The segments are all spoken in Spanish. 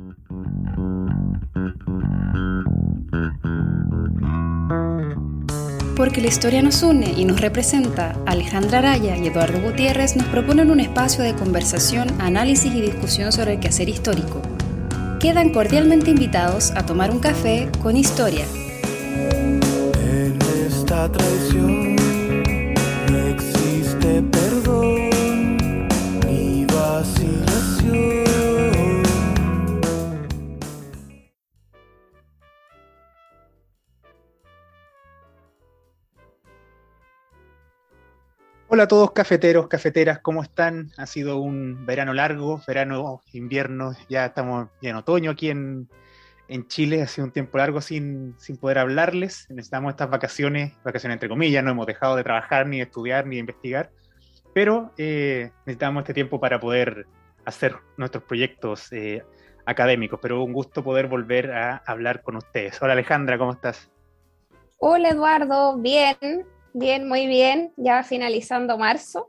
Porque la historia nos une y nos representa, Alejandra Araya y Eduardo Gutiérrez nos proponen un espacio de conversación, análisis y discusión sobre el quehacer histórico. Quedan cordialmente invitados a tomar un café con historia. En esta traición no existe perdón ni vacilación. Hola a todos cafeteros, cafeteras, ¿cómo están? Ha sido un verano largo, verano, invierno, ya estamos en otoño aquí en Chile, ha sido un tiempo largo sin poder hablarles. Necesitamos estas vacaciones entre comillas, no hemos dejado de trabajar, ni de estudiar, ni de investigar, pero necesitamos este tiempo para poder hacer nuestros proyectos académicos, pero un gusto poder volver a hablar con ustedes. Hola Alejandra, ¿cómo estás? Hola Eduardo, bien, muy bien, ya finalizando marzo.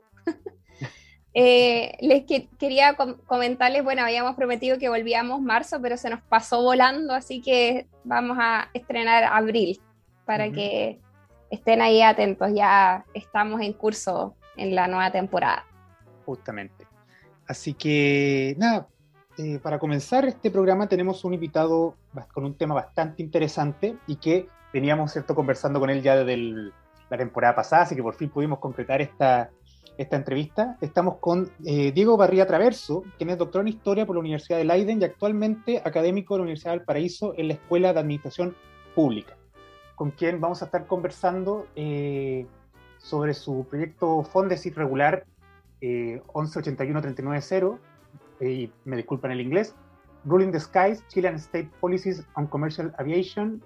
Quería comentarles, bueno, habíamos prometido que volvíamos marzo, pero se nos pasó volando, así que vamos a estrenar abril para que estén ahí atentos, ya estamos en curso en la nueva temporada. Justamente. Así que, nada, para comenzar este programa tenemos un invitado con un tema bastante interesante y que veníamos, ¿cierto?, conversando con él ya desde la temporada pasada, así que por fin pudimos concretar esta entrevista. Estamos con Diego Barría Traverso, quien es doctor en Historia por la Universidad de Leiden y actualmente académico de la Universidad de Valparaíso en la Escuela de Administración Pública, con quien vamos a estar conversando sobre su proyecto Fondesit Regular 1181-390, y me disculpan el inglés, Ruling the Skies, Chilean State Policies on Commercial Aviation,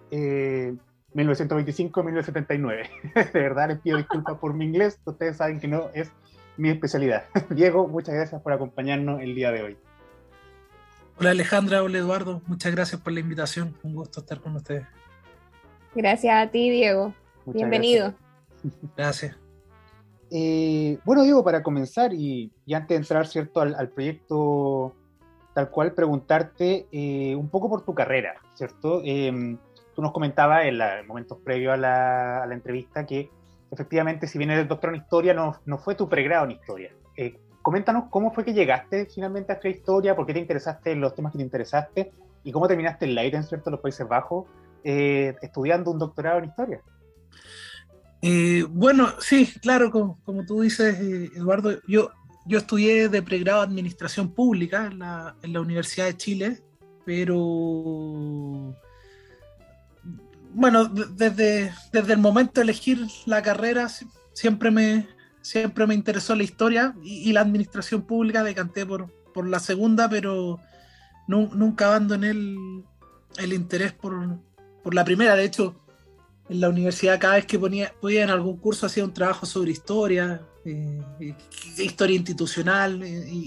1925-1979. De verdad les pido disculpas por mi inglés, ustedes saben que no es mi especialidad. Diego, muchas gracias por acompañarnos el día de hoy. Hola Alejandra, hola Eduardo, muchas gracias por la invitación, un gusto estar con ustedes. Gracias a ti, Diego. Muchas bienvenido. Gracias. Bueno, Diego, para comenzar y antes de entrar, ¿cierto?, al proyecto tal cual, preguntarte un poco por tu carrera, ¿cierto? Tú nos comentabas en momentos previos a la entrevista que efectivamente, si bien eres doctor en Historia, no fue tu pregrado en Historia. Coméntanos cómo fue que llegaste finalmente a estudiar Historia, por qué te interesaste en los temas que te interesaste y cómo terminaste en Leiden, ¿cierto?, en los Países Bajos, estudiando un doctorado en Historia. Bueno, sí, claro, como tú dices, Eduardo, yo estudié de pregrado Administración Pública en la Universidad de Chile, pero bueno, desde el momento de elegir la carrera siempre me interesó la historia y la administración pública. Decanté por la segunda, pero nunca abandoné el interés por la primera. De hecho, en la universidad cada vez que podía en algún curso hacía un trabajo sobre historia, historia institucional,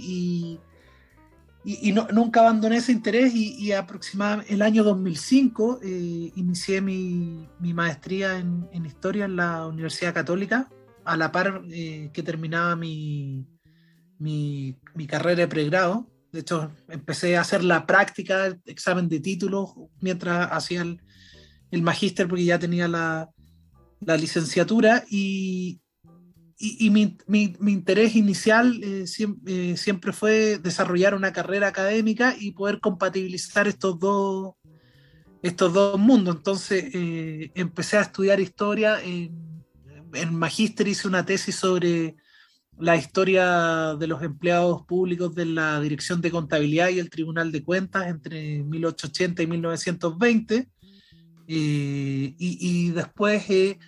y nunca abandoné ese interés y aproximadamente el año 2005 inicié mi maestría en historia en la Universidad Católica, a la par que terminaba mi carrera de pregrado. De hecho, empecé a hacer la práctica, el examen de título, mientras hacía el magíster, porque ya tenía la licenciatura, y mi interés inicial siempre fue desarrollar una carrera académica y poder compatibilizar estos dos mundos. Entonces empecé a estudiar historia. En magíster hice una tesis sobre la historia de los empleados públicos de la Dirección de Contabilidad y el Tribunal de Cuentas entre 1880 y 1920, y después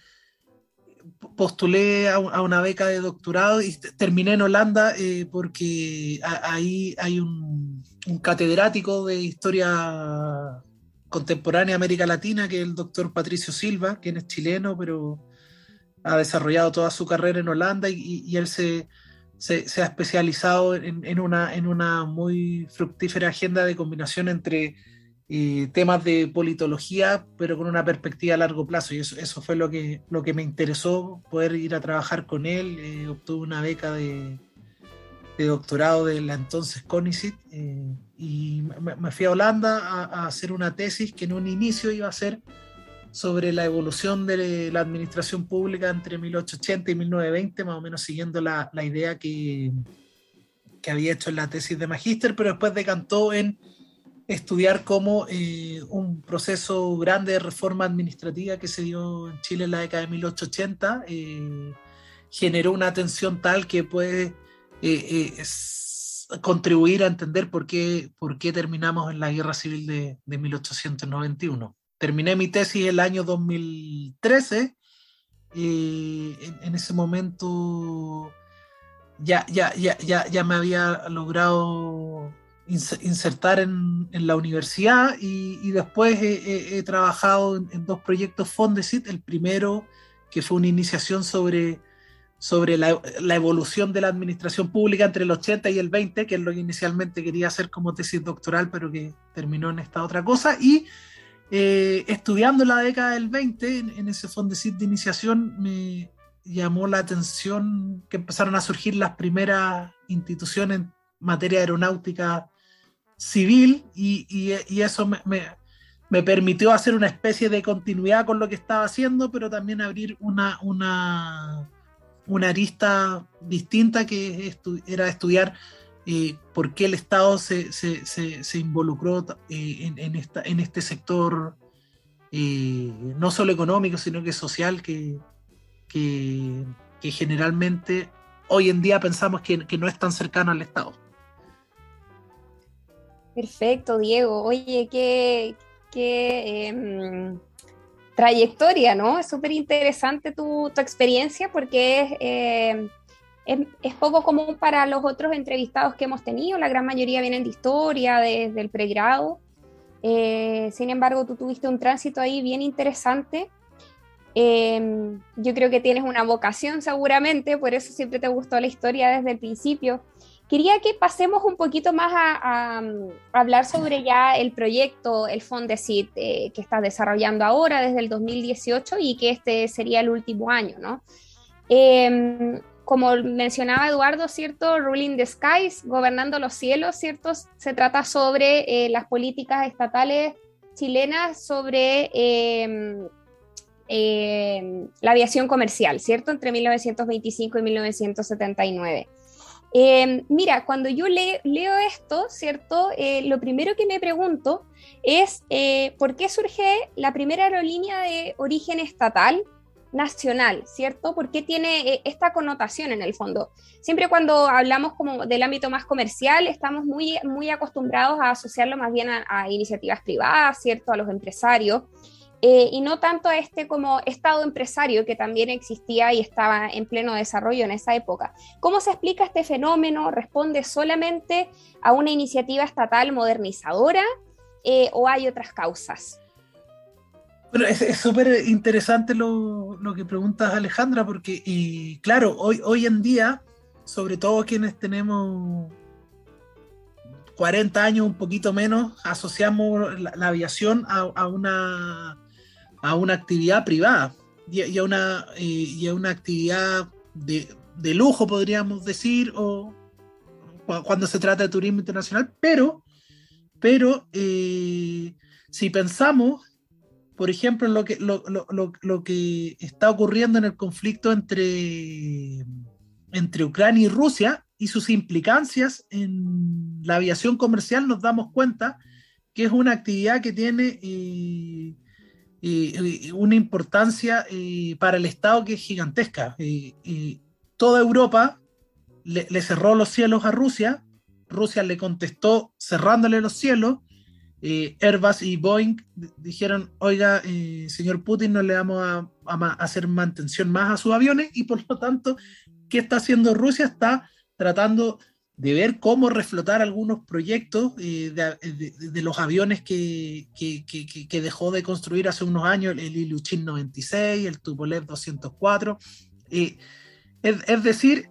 postulé a una beca de doctorado y terminé en Holanda, porque ahí hay un catedrático de historia contemporánea de América Latina, que es el doctor Patricio Silva, quien es chileno, pero ha desarrollado toda su carrera en Holanda, y él se ha especializado en una muy fructífera agenda de combinación entre temas de politología, pero con una perspectiva a largo plazo, y eso fue lo que me interesó, poder ir a trabajar con él. Obtuve una beca de doctorado de la entonces CONICET, y me fui a Holanda a hacer una tesis que en un inicio iba a ser sobre la evolución de la administración pública entre 1880 y 1920, más o menos siguiendo la idea que había hecho en la tesis de magíster, pero después decantó en estudiar cómo un proceso grande de reforma administrativa que se dio en Chile en la década de 1880 generó una tensión tal que puede contribuir a entender por qué terminamos en la Guerra Civil de 1891. Terminé mi tesis el año 2013. En ese momento ya me había logrado insertar en la universidad, y después he trabajado en 2 proyectos Fondesit. El primero, que fue una iniciación sobre la evolución de la administración pública entre el 80 y el 20, que es lo que inicialmente quería hacer como tesis doctoral, pero que terminó en esta otra cosa. Y estudiando la década del 20, en ese Fondesit de iniciación, me llamó la atención que empezaron a surgir las primeras instituciones en materia de aeronáutica civil, y eso me permitió hacer una especie de continuidad con lo que estaba haciendo, pero también abrir una arista distinta, que era estudiar por qué el Estado se involucró en este sector, no solo económico, sino que social, que generalmente hoy en día pensamos que no es tan cercano al Estado. Perfecto, Diego. Oye, qué trayectoria, ¿no? Es súper interesante tu experiencia, porque es poco común para los otros entrevistados que hemos tenido. La gran mayoría vienen de historia, desde el pregrado. Sin embargo, tú tuviste un tránsito ahí bien interesante. Yo creo que tienes una vocación seguramente, por eso siempre te gustó la historia desde el principio. Quería que pasemos un poquito más a hablar sobre ya el proyecto, el Fondesit, que estás desarrollando ahora desde el 2018, y que este sería el último año, ¿no? Como mencionaba Eduardo, ¿cierto? Ruling the Skies, gobernando los cielos, ¿cierto? Se trata sobre las políticas estatales chilenas sobre la aviación comercial, ¿cierto? Entre 1925 y 1979. Mira, cuando yo leo esto, ¿cierto? Lo primero que me pregunto es ¿por qué surge la primera aerolínea de origen estatal nacional, ¿cierto? ¿Por qué tiene esta connotación en el fondo? Siempre cuando hablamos como del ámbito más comercial, estamos muy, muy acostumbrados a asociarlo más bien a iniciativas privadas, ¿cierto? A los empresarios. Y no tanto a este como estado empresario que también existía y estaba en pleno desarrollo en esa época. ¿Cómo se explica este fenómeno? ¿Responde solamente a una iniciativa estatal modernizadora o hay otras causas? Bueno, es súper interesante lo que preguntas, Alejandra, porque claro, hoy en día, sobre todo quienes tenemos 40 años, un poquito menos, asociamos la aviación a una actividad privada y a una actividad de lujo, podríamos decir, o cuando se trata de turismo internacional, pero si pensamos, por ejemplo, lo que está ocurriendo en el conflicto entre Ucrania y Rusia y sus implicancias en la aviación comercial, nos damos cuenta que es una actividad que tiene una importancia para el Estado que es gigantesca. Toda Europa le cerró los cielos a Rusia, Rusia le contestó cerrándole los cielos. Airbus y Boeing dijeron, oiga, señor Putin, no le vamos a hacer mantención más a sus aviones, y por lo tanto, ¿qué está haciendo Rusia? Está tratando de ver cómo reflotar algunos proyectos de los aviones que dejó de construir hace unos años, el Ilyushin 96, el Tupolev 204. Es decir,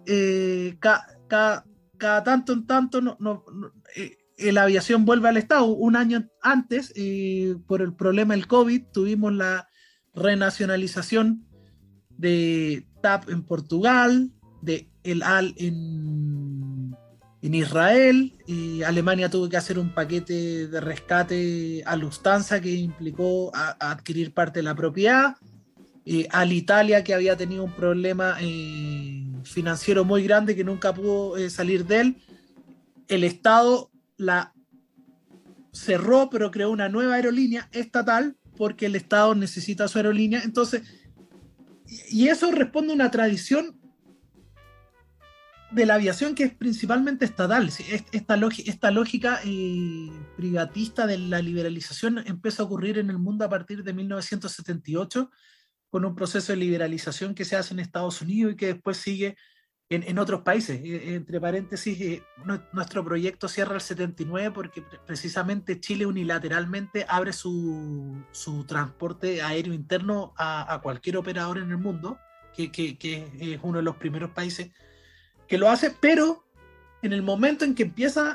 cada tanto en tanto la aviación vuelve al Estado. Un año antes, por el problema del COVID, tuvimos la renacionalización de TAP en Portugal, de El Al en Israel. Alemania tuvo que hacer un paquete de rescate a Lufthansa que implicó a adquirir parte de la propiedad. Al Italia, que había tenido un problema financiero muy grande que nunca pudo salir de él, el Estado la cerró, pero creó una nueva aerolínea estatal porque el Estado necesita su aerolínea. Entonces, y eso responde a una tradición de la aviación que es principalmente estatal. Esta lógica privatista de la liberalización empieza a ocurrir en el mundo a partir de 1978, con un proceso de liberalización que se hace en Estados Unidos y que después sigue en otros países. Entre paréntesis, nuestro proyecto cierra el 79 porque precisamente Chile unilateralmente abre su transporte aéreo interno a cualquier operador en el mundo, que es uno de los primeros países que lo hace, pero en el momento en que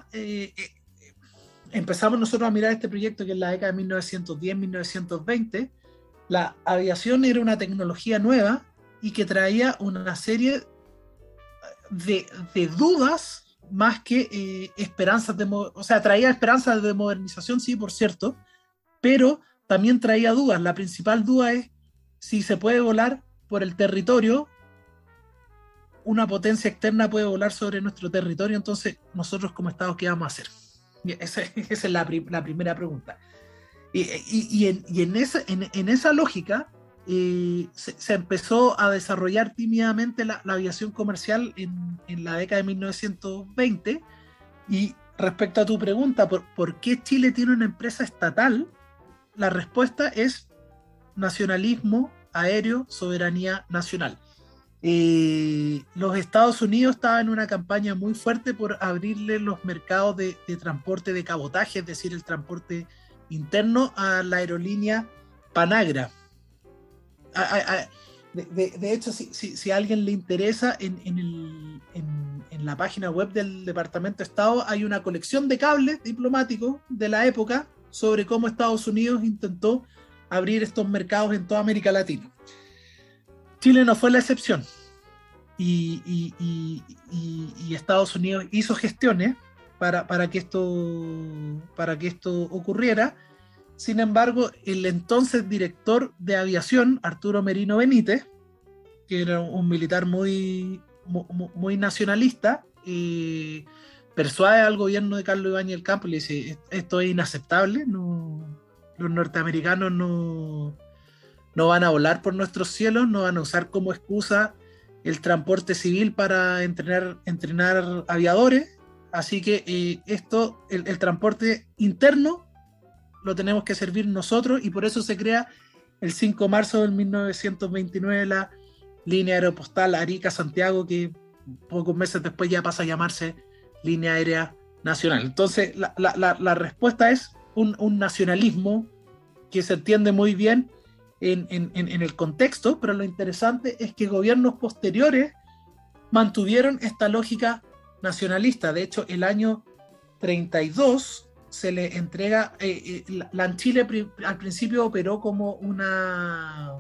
empezamos nosotros a mirar este proyecto, que es la década de 1910-1920, la aviación era una tecnología nueva y que traía una serie de dudas más que esperanzas o sea, traía esperanzas de modernización, sí, por cierto, pero también traía dudas. La principal duda es si se puede volar por el territorio. Una potencia externa puede volar sobre nuestro territorio, entonces nosotros como Estado, ¿qué vamos a hacer? Esa es la primera pregunta. Y en esa lógica se empezó a desarrollar tímidamente la aviación comercial en la década de 1920. Y respecto a tu pregunta, ¿por qué Chile tiene una empresa estatal? La respuesta es nacionalismo aéreo, soberanía nacional. Los Estados Unidos estaban en una campaña muy fuerte por abrirle los mercados de transporte de cabotaje, es decir, el transporte interno, a la aerolínea Panagra. De hecho, si a alguien le interesa, en la página web del Departamento de Estado hay una colección de cables diplomáticos de la época sobre cómo Estados Unidos intentó abrir estos mercados en toda América Latina. Chile no fue la excepción y Estados Unidos hizo gestiones para que esto ocurriera. Sin embargo, el entonces director de aviación, Arturo Merino Benítez, que era un militar muy nacionalista, persuade al gobierno de Carlos Ibáñez del Campo y le dice: esto es inaceptable, los norteamericanos no van a volar por nuestros cielos, no van a usar como excusa el transporte civil para entrenar aviadores, así que el transporte interno lo tenemos que servir nosotros, y por eso se crea el 5 de marzo de 1929 la línea aeropostal Arica-Santiago, que pocos meses después ya pasa a llamarse Línea Aérea Nacional. Entonces la respuesta es un nacionalismo que se entiende muy bien en el contexto, pero lo interesante es que gobiernos posteriores mantuvieron esta lógica nacionalista. De hecho, el año 32 se le entrega, LAN Chile al principio operó como una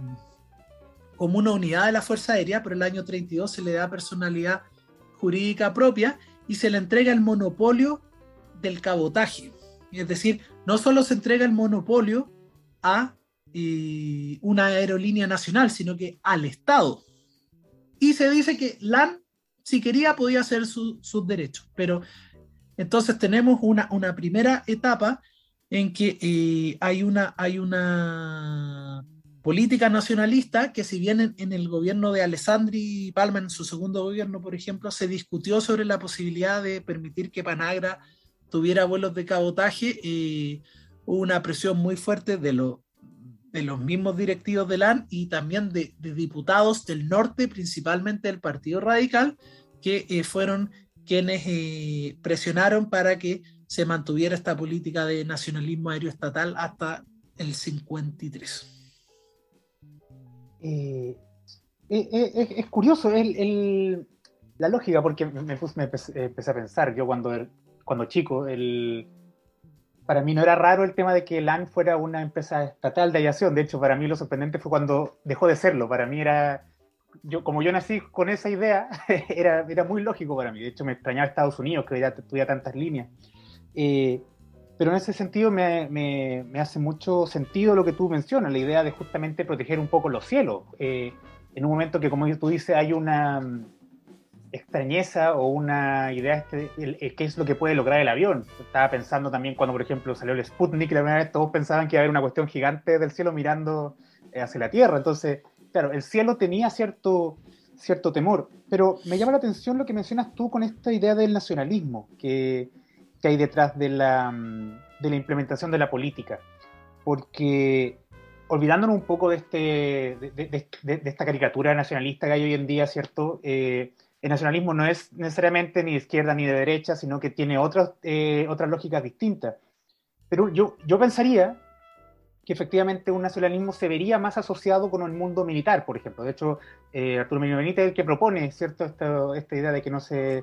unidad de la Fuerza Aérea, pero el año 32 se le da personalidad jurídica propia y se le entrega el monopolio del cabotaje. Es decir, no solo se entrega el monopolio a una aerolínea nacional, sino que al Estado. Y se dice que LAN, si quería, podía hacer sus derechos. Pero entonces tenemos una primera etapa en que hay una política nacionalista que, si bien en el gobierno de Alessandri Palma, en su segundo gobierno, por ejemplo, se discutió sobre la posibilidad de permitir que Panagra tuviera vuelos de cabotaje, hubo una presión muy fuerte de los mismos directivos de LAN y también de diputados del norte, principalmente del Partido Radical, que fueron quienes presionaron para que se mantuviera esta política de nacionalismo aéreo estatal hasta el 53. Es curioso la lógica, porque empecé a pensar, yo cuando chico, para mí no era raro el tema de que LAN fuera una empresa estatal de aviación. De hecho, para mí lo sorprendente fue cuando dejó de serlo. Para mí era como yo nací con esa idea, era muy lógico para mí. De hecho, me extrañaba Estados Unidos, que tuviera tantas líneas. Pero en ese sentido me hace mucho sentido lo que tú mencionas, la idea de justamente proteger un poco los cielos. En un momento que, como tú dices, hay una extrañeza o una idea qué es lo que puede lograr el avión. Estaba pensando también cuando, por ejemplo, salió el Sputnik la primera vez, todos pensaban que iba a haber una cuestión gigante del cielo mirando hacia la Tierra. Entonces, claro, el cielo tenía cierto temor. Pero me llama la atención lo que mencionas tú con esta idea del nacionalismo que hay detrás de la implementación de la política. Porque olvidándonos un poco de esta caricatura nacionalista que hay hoy en día, ¿cierto? El nacionalismo no es necesariamente ni de izquierda ni de derecha, sino que tiene otras lógicas distintas. Pero yo pensaría que efectivamente un nacionalismo se vería más asociado con el mundo militar, por ejemplo. De hecho, Arturo Merino Benítez es el que propone, ¿cierto?, esta idea de que no se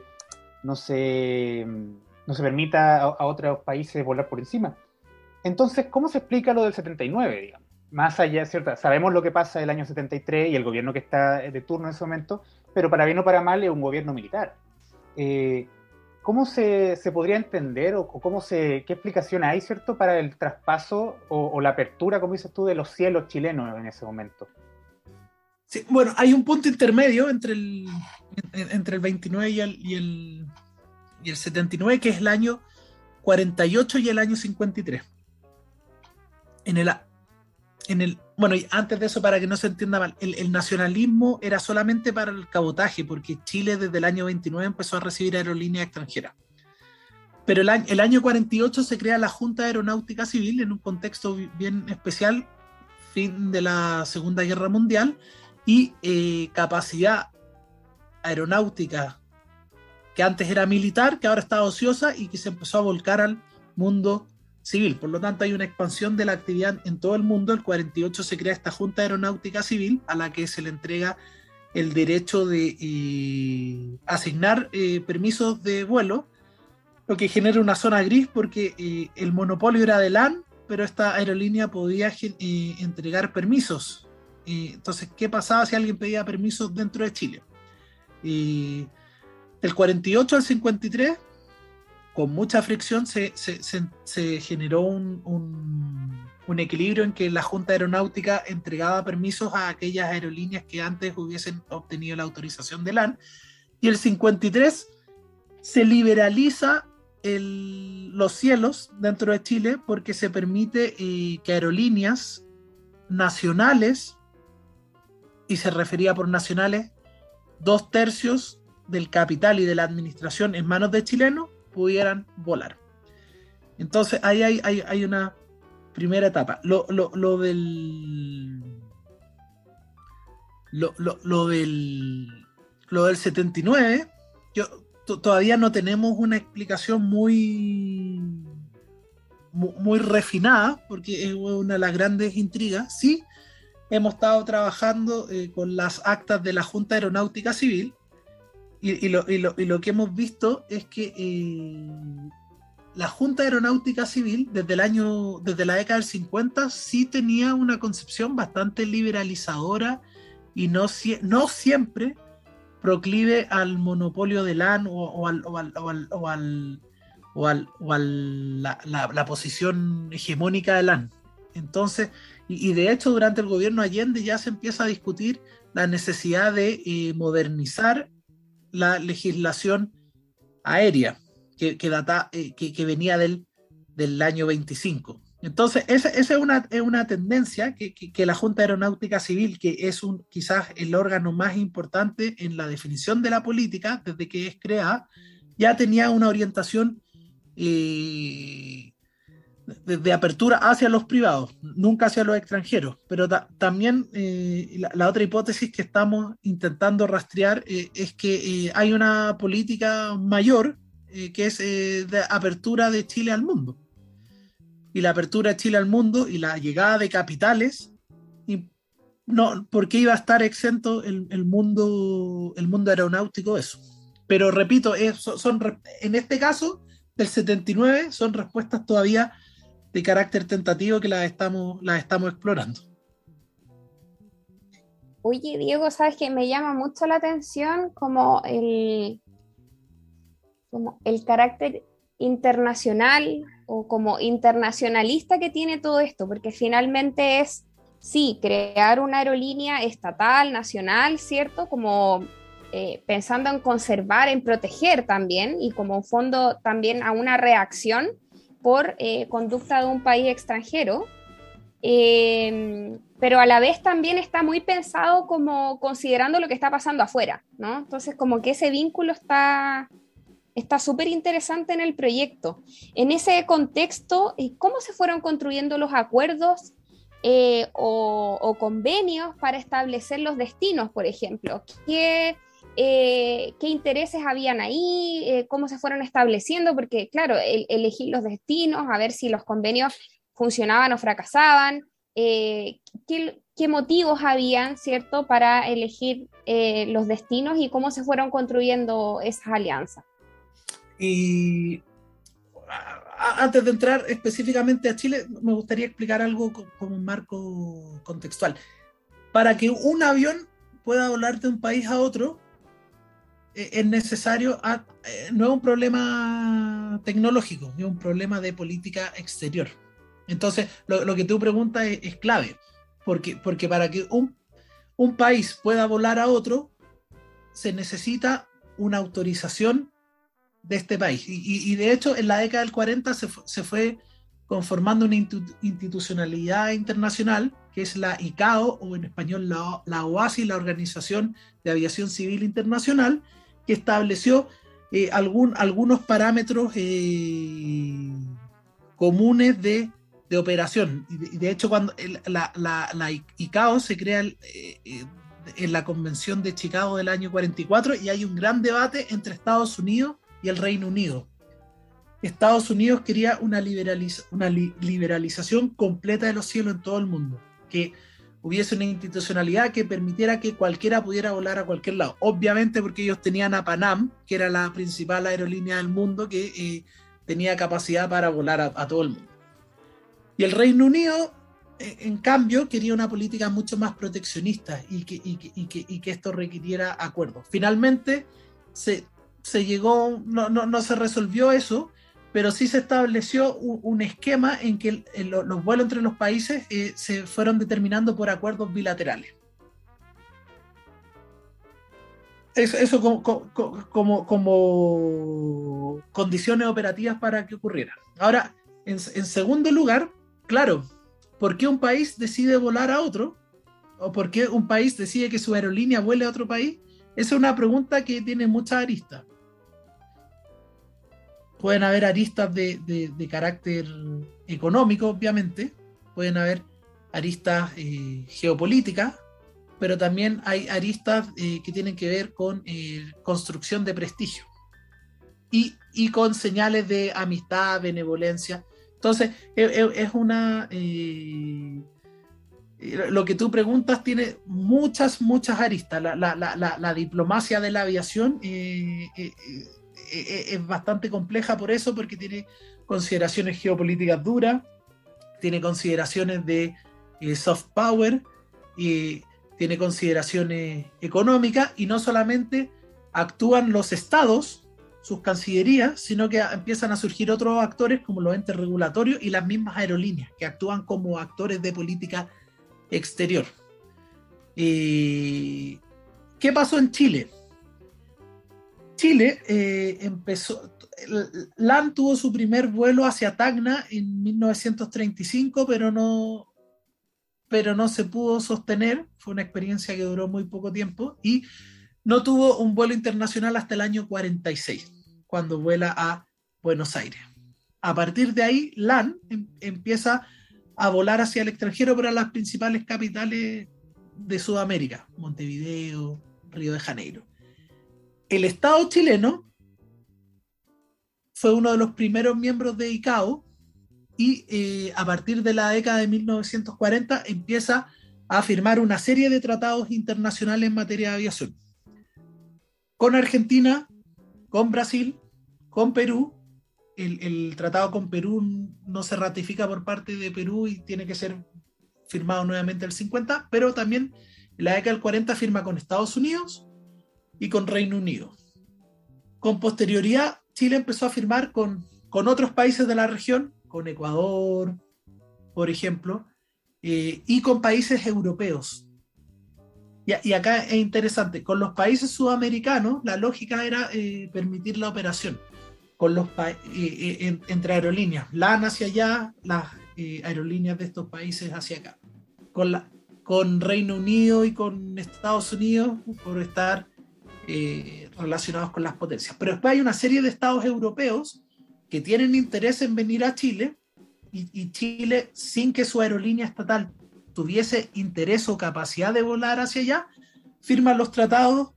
permita a otros países volar por encima. Entonces, ¿cómo se explica lo del 79, digamos? Más allá, ¿cierto? Sabemos lo que pasa el año 73 y el gobierno que está de turno en ese momento, pero para bien o para mal es un gobierno militar. ¿Cómo se podría entender o qué explicación hay, ¿cierto?, para el traspaso o la apertura, como dices tú, de los cielos chilenos en ese momento? Sí, bueno, hay un punto intermedio entre el 29 y el 79, que es el año 48 y el año 53. Bueno, y antes de eso, para que no se entienda mal, el nacionalismo era solamente para el cabotaje, porque Chile desde el año 29 empezó a recibir aerolíneas extranjeras. Pero el año 48 se crea la Junta Aeronáutica Civil en un contexto bien especial, fin de la Segunda Guerra Mundial, y capacidad aeronáutica que antes era militar, que ahora está ociosa y que se empezó a volcar al mundo civil. Por lo tanto, hay una expansión de la actividad en todo el mundo. El 48 se crea esta Junta Aeronáutica Civil a la que se le entrega el derecho de asignar permisos de vuelo, lo que genera una zona gris porque el monopolio era de LAN, pero esta aerolínea podía entregar permisos. Entonces, ¿qué pasaba si alguien pedía permisos dentro de Chile? Del 48 al 53, con mucha fricción, se generó un equilibrio en que la Junta Aeronáutica entregaba permisos a aquellas aerolíneas que antes hubiesen obtenido la autorización de LAN, y el 53 se liberaliza los cielos dentro de Chile porque se permite que aerolíneas nacionales, y se refería por nacionales, 2/3 del capital y de la administración en manos de chilenos, pudieran volar. Entonces ahí hay una primera etapa. Lo del 79, todavía no tenemos una explicación muy refinada, porque es una de las grandes intrigas. Sí, hemos estado trabajando con las actas de la Junta Aeronáutica Civil, y lo que hemos visto es que la Junta Aeronáutica Civil desde la década del 50 sí tenía una concepción bastante liberalizadora y no siempre proclive al monopolio de LAN o a la posición hegemónica de LAN. Entonces, y de hecho durante el gobierno Allende ya se empieza a discutir la necesidad de modernizar la legislación aérea que venía del año 25. Entonces, esa es una tendencia que la Junta Aeronáutica Civil, que es quizás el órgano más importante en la definición de la política desde que es creada, ya tenía una orientación de apertura hacia los privados, nunca hacia los extranjeros. Pero también la otra hipótesis que estamos intentando rastrear es que hay una política mayor que es de apertura de Chile al mundo. Y la apertura de Chile al mundo y la llegada de capitales, no, porque iba a estar exento el mundo aeronáutico de eso. Pero repito, en este caso del 79 son respuestas todavía de carácter tentativo que las estamos explorando. Oye, Diego, sabes que me llama mucho la atención como el carácter internacional o como internacionalista que tiene todo esto, porque finalmente es, sí, crear una aerolínea estatal, nacional, ¿cierto? Como pensando en conservar, en proteger también, y como fondo también a una reacción por conducta de un país extranjero. Pero a la vez también está muy pensado como considerando lo que está pasando afuera, ¿no? Entonces como que ese vínculo está súper interesante en el proyecto. En ese contexto, ¿cómo se fueron construyendo los acuerdos o convenios para establecer los destinos, por ejemplo? ¿Qué intereses habían ahí? ¿Cómo se fueron estableciendo? Porque, claro, elegir los destinos, a ver si los convenios funcionaban o fracasaban. ¿Qué motivos habían, cierto, para elegir los destinos y cómo se fueron construyendo esas alianzas? Y antes de entrar específicamente a Chile, me gustaría explicar algo como un marco contextual. Para que un avión pueda volar de un país a otro, es necesario, no es un problema tecnológico, es un problema de política exterior. Entonces, lo que tú preguntas es clave, porque para que un país pueda volar a otro, se necesita una autorización de este país. Y de hecho, en la década del 40 se fue conformando una institucionalidad internacional, que es la ICAO, o en español la OASI, la Organización de Aviación Civil Internacional, que estableció algunos parámetros comunes de operación. Y de hecho, cuando la ICAO se crea en la Convención de Chicago del año 44, y hay un gran debate entre Estados Unidos y el Reino Unido. Estados Unidos quería una liberalización completa de los cielos en todo el mundo, que hubiese una institucionalidad que permitiera que cualquiera pudiera volar a cualquier lado. Obviamente porque ellos tenían a Panam, que era la principal aerolínea del mundo, que tenía capacidad para volar a todo el mundo. Y el Reino Unido, en cambio, quería una política mucho más proteccionista y que esto requiriera acuerdos. Finalmente se llegó, no se resolvió eso, pero sí se estableció un esquema en que los vuelos entre los países se fueron determinando por acuerdos bilaterales. Eso como condiciones operativas para que ocurriera. Ahora, en segundo lugar, claro, ¿por qué un país decide volar a otro? ¿O por qué un país decide que su aerolínea vuele a otro país? Esa es una pregunta que tiene muchas aristas. Pueden haber aristas de carácter económico, obviamente. Pueden haber aristas geopolíticas, pero también hay aristas que tienen que ver con construcción de prestigio y con señales de amistad, benevolencia. Entonces, es una... lo que tú preguntas tiene muchas aristas. La diplomacia de la aviación es bastante compleja por eso, porque tiene consideraciones geopolíticas duras, tiene consideraciones de soft power, tiene consideraciones económicas, y no solamente actúan los estados, sus cancillerías, sino que empiezan a surgir otros actores como los entes regulatorios y las mismas aerolíneas, que actúan como actores de política exterior. ¿Qué pasó en Chile? Chile LAN tuvo su primer vuelo hacia Tacna en 1935, pero no se pudo sostener. Fue una experiencia que duró muy poco tiempo, y no tuvo un vuelo internacional hasta el año 46, cuando vuela a Buenos Aires. A partir de ahí, LAN empieza a volar hacia el extranjero, pero a las principales capitales de Sudamérica: Montevideo, Río de Janeiro. El Estado chileno fue uno de los primeros miembros de ICAO, y a partir de la década de 1940 empieza a firmar una serie de tratados internacionales en materia de aviación, con Argentina, con Brasil, con Perú. El tratado con Perú no se ratifica por parte de Perú y tiene que ser firmado nuevamente el 50, pero también En la década del 40 firma con Estados Unidos y con Reino Unido. Con posterioridad, Chile empezó a firmar con otros países de la región, con Ecuador, por ejemplo, y con países europeos. Y acá es interesante, con los países sudamericanos la lógica era permitir la operación con entre aerolíneas, LAN hacia allá, las aerolíneas de estos países hacia acá. Con Reino Unido y con Estados Unidos por estar relacionados con las potencias. Pero después hay una serie de estados europeos que tienen interés en venir a Chile y Chile, sin que su aerolínea estatal tuviese interés o capacidad de volar hacia allá, firma los tratados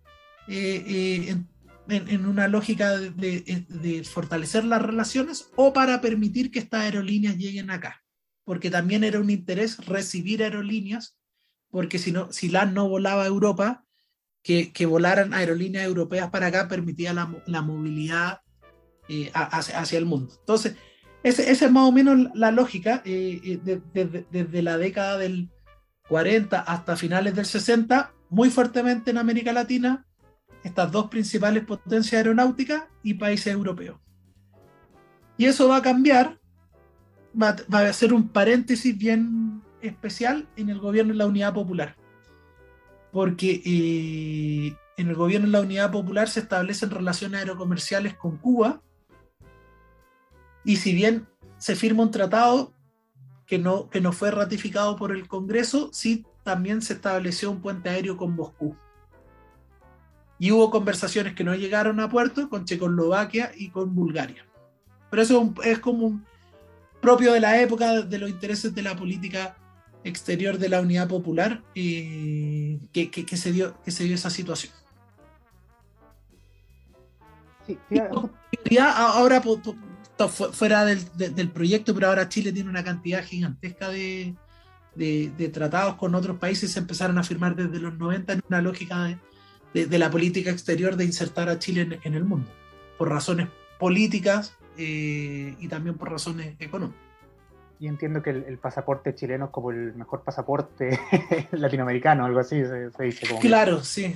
en una lógica de fortalecer las relaciones o para permitir que estas aerolíneas lleguen acá, porque también era un interés recibir aerolíneas, porque si LAN no volaba a Europa, que volaran aerolíneas europeas para acá permitía la movilidad hacia el mundo. Entonces, esa es más o menos la lógica. Desde la década del 40 hasta finales del 60, muy fuertemente en América Latina, estas dos principales potencias aeronáuticas y países europeos. Y eso va a cambiar, va a ser un paréntesis bien especial en el gobierno de la Unidad Popular. Porque en el gobierno de la Unidad Popular se establecen relaciones aerocomerciales con Cuba, y si bien se firma un tratado que no fue ratificado por el Congreso, sí también se estableció un puente aéreo con Moscú. Y hubo conversaciones que no llegaron a puerto con Checoslovaquia y con Bulgaria. Pero eso es como propio de la época, de los intereses de la política exterior de la Unidad Popular, que se dio esa situación. Sí, ahora, fuera del proyecto, pero ahora Chile tiene una cantidad gigantesca de tratados con otros países, se empezaron a firmar desde los 90 en una lógica de la política exterior de insertar a Chile en el mundo, por razones políticas y también por razones económicas. Y entiendo que el pasaporte chileno es como el mejor pasaporte latinoamericano, algo así se dice. Como claro, sí.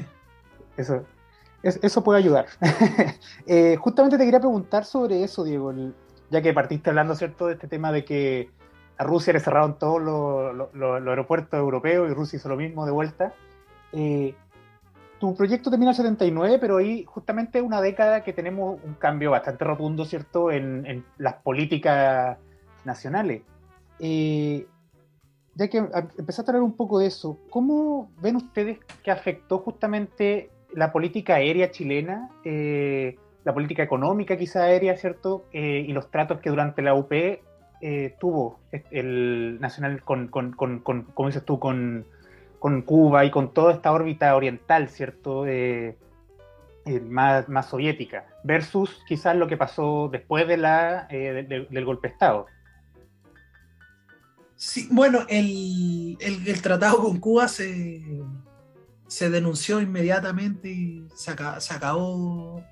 Eso puede ayudar. Justamente te quería preguntar sobre eso, Diego, ya que partiste hablando, ¿cierto?, de este tema de que a Rusia le cerraron todos los aeropuertos europeos y Rusia hizo lo mismo de vuelta. Tu proyecto termina en el 79, pero ahí justamente es una década que tenemos un cambio bastante rotundo, ¿cierto?, en las políticas nacionales. Ya que empezaste a hablar un poco de eso, ¿cómo ven ustedes que afectó justamente la política aérea chilena, la política económica quizá aérea, ¿cierto?, y los tratos que durante la UP tuvo el Nacional como dices tú, con Cuba y con toda esta órbita oriental, ¿cierto?, más soviética, versus quizás lo que pasó después del golpe de Estado. Sí, bueno, el tratado con Cuba se denunció inmediatamente y se acabó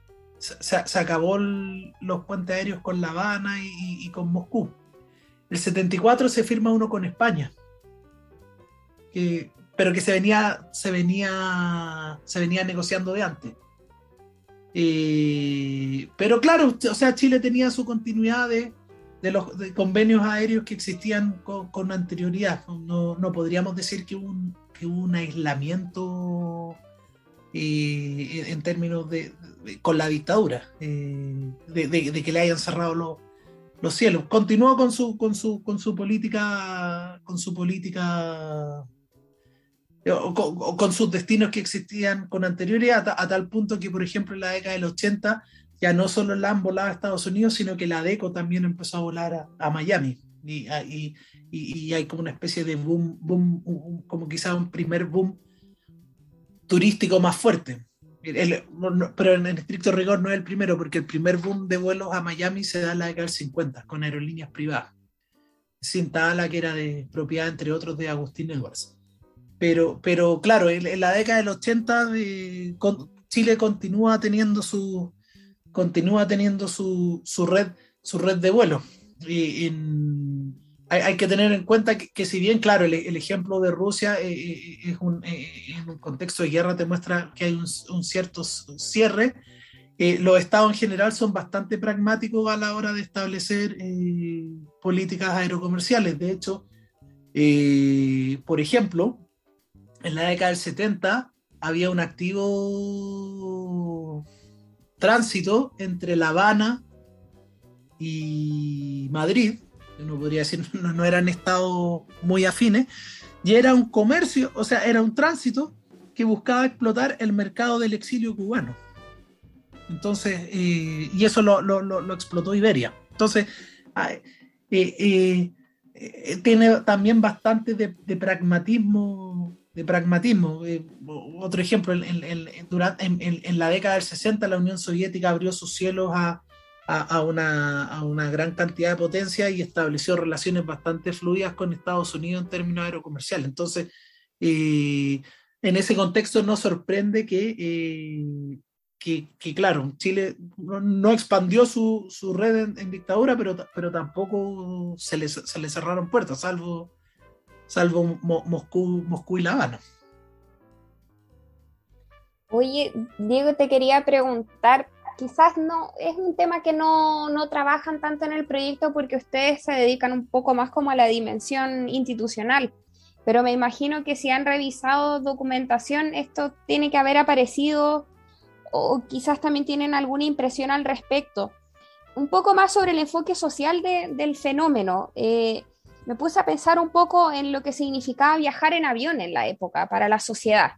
los puentes aéreos con La Habana y con Moscú. El 74 se firma uno con España, pero que se venía negociando de antes. Pero claro, o sea, Chile tenía su continuidad de los convenios aéreos que existían con anterioridad. No podríamos decir que hubo un aislamiento en términos con la dictadura, de que le hayan cerrado los cielos. Continuó con su política, con sus destinos que existían con anterioridad, a tal punto que, por ejemplo, en la década del 80 ya no solo la han volado a Estados Unidos, sino que la DECO también empezó a volar a Miami. Y hay como una especie de boom, como quizá un primer boom turístico más fuerte. Pero en estricto rigor no es el primero, porque el primer boom de vuelos a Miami se da en la década del 50, con aerolíneas privadas. Cinta Ala, que era de propiedad, entre otros, de Agustín Edwards. Pero claro, en la década del 80 Chile continúa teniendo su red de vuelo. hay que tener en cuenta que si bien, claro, el ejemplo de Rusia en un contexto de guerra te muestra que hay un cierto cierre, los estados en general son bastante pragmáticos a la hora de establecer políticas aerocomerciales. De hecho, por ejemplo, en la década del 70 había un activo tránsito entre La Habana y Madrid. Uno podría decir, no eran estados muy afines, y era un comercio, o sea, era un tránsito que buscaba explotar el mercado del exilio cubano. Entonces, y eso lo explotó Iberia. Entonces, tiene también bastante de pragmatismo. Otro ejemplo, en la década del 60 la Unión Soviética abrió sus cielos a una gran cantidad de potencia y estableció relaciones bastante fluidas con Estados Unidos en términos aerocomerciales. Entonces, en ese contexto no sorprende que claro, Chile no expandió su red en dictadura, pero tampoco se le cerraron puertas, salvo Moscú y La Habana. Oye, Diego, te quería preguntar, quizás no, es un tema que no trabajan tanto en el proyecto porque ustedes se dedican un poco más como a la dimensión institucional, pero me imagino que si han revisado documentación, esto tiene que haber aparecido o quizás también tienen alguna impresión al respecto. Un poco más sobre el enfoque social del fenómeno. Me puse a pensar un poco en lo que significaba viajar en avión en la época para la sociedad.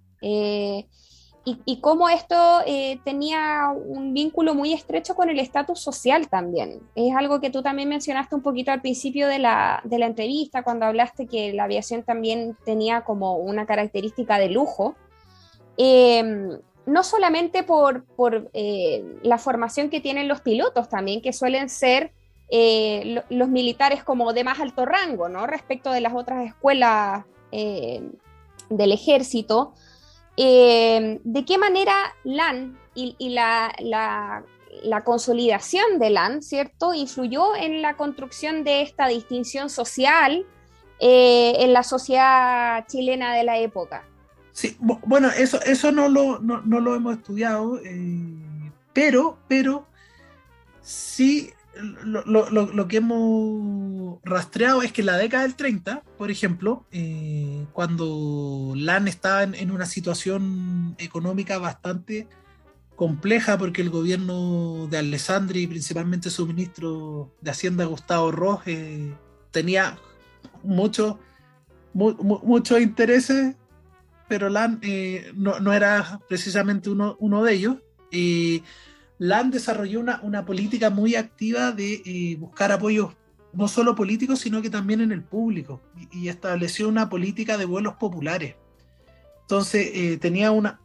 Y cómo esto tenía un vínculo muy estrecho con el estatus social también. Es algo que tú también mencionaste un poquito al principio de la entrevista, cuando hablaste que la aviación también tenía como una característica de lujo. No solamente por la formación que tienen los pilotos también, que suelen ser los militares como de más alto rango, ¿no? Respecto de las otras escuelas del ejército. ¿De qué manera LAN y la consolidación de LAN, ¿cierto?, influyó en la construcción de esta distinción social en la sociedad chilena de la época? Sí, bueno, eso no lo hemos estudiado, pero sí lo que hemos rastreado es que en la década del 30, por ejemplo, cuando LAN estaba en una situación económica bastante compleja porque el gobierno de Alessandri, principalmente su ministro de Hacienda, Gustavo Ross, tenía muchos intereses, pero LAN no era precisamente uno de ellos. LAN desarrolló una política muy activa de buscar apoyos no solo políticos, sino que también en el público, y estableció una política de vuelos populares. Entonces tenía una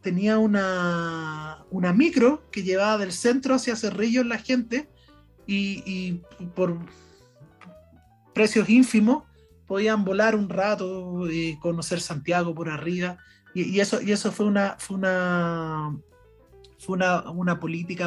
micro que llevaba del centro hacia Cerrillo la gente, y por precios ínfimos podían volar un rato, conocer Santiago por arriba, y eso fue una política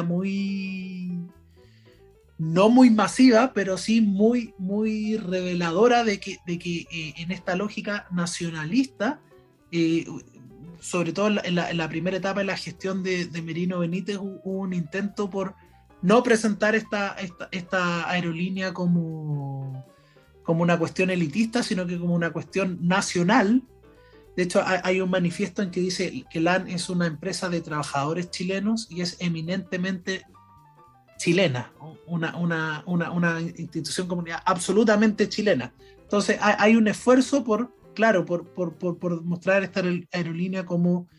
no muy masiva, pero sí muy, muy reveladora de que en esta lógica nacionalista, sobre todo en la primera etapa de la gestión de Merino Benítez, hubo un intento por no presentar esta aerolínea como una cuestión elitista, sino que como una cuestión nacional. De hecho, hay un manifiesto en que dice que LAN es una empresa de trabajadores chilenos y es eminentemente chilena, una institución comunitaria absolutamente chilena. Entonces, hay un esfuerzo por mostrar esta aerolínea como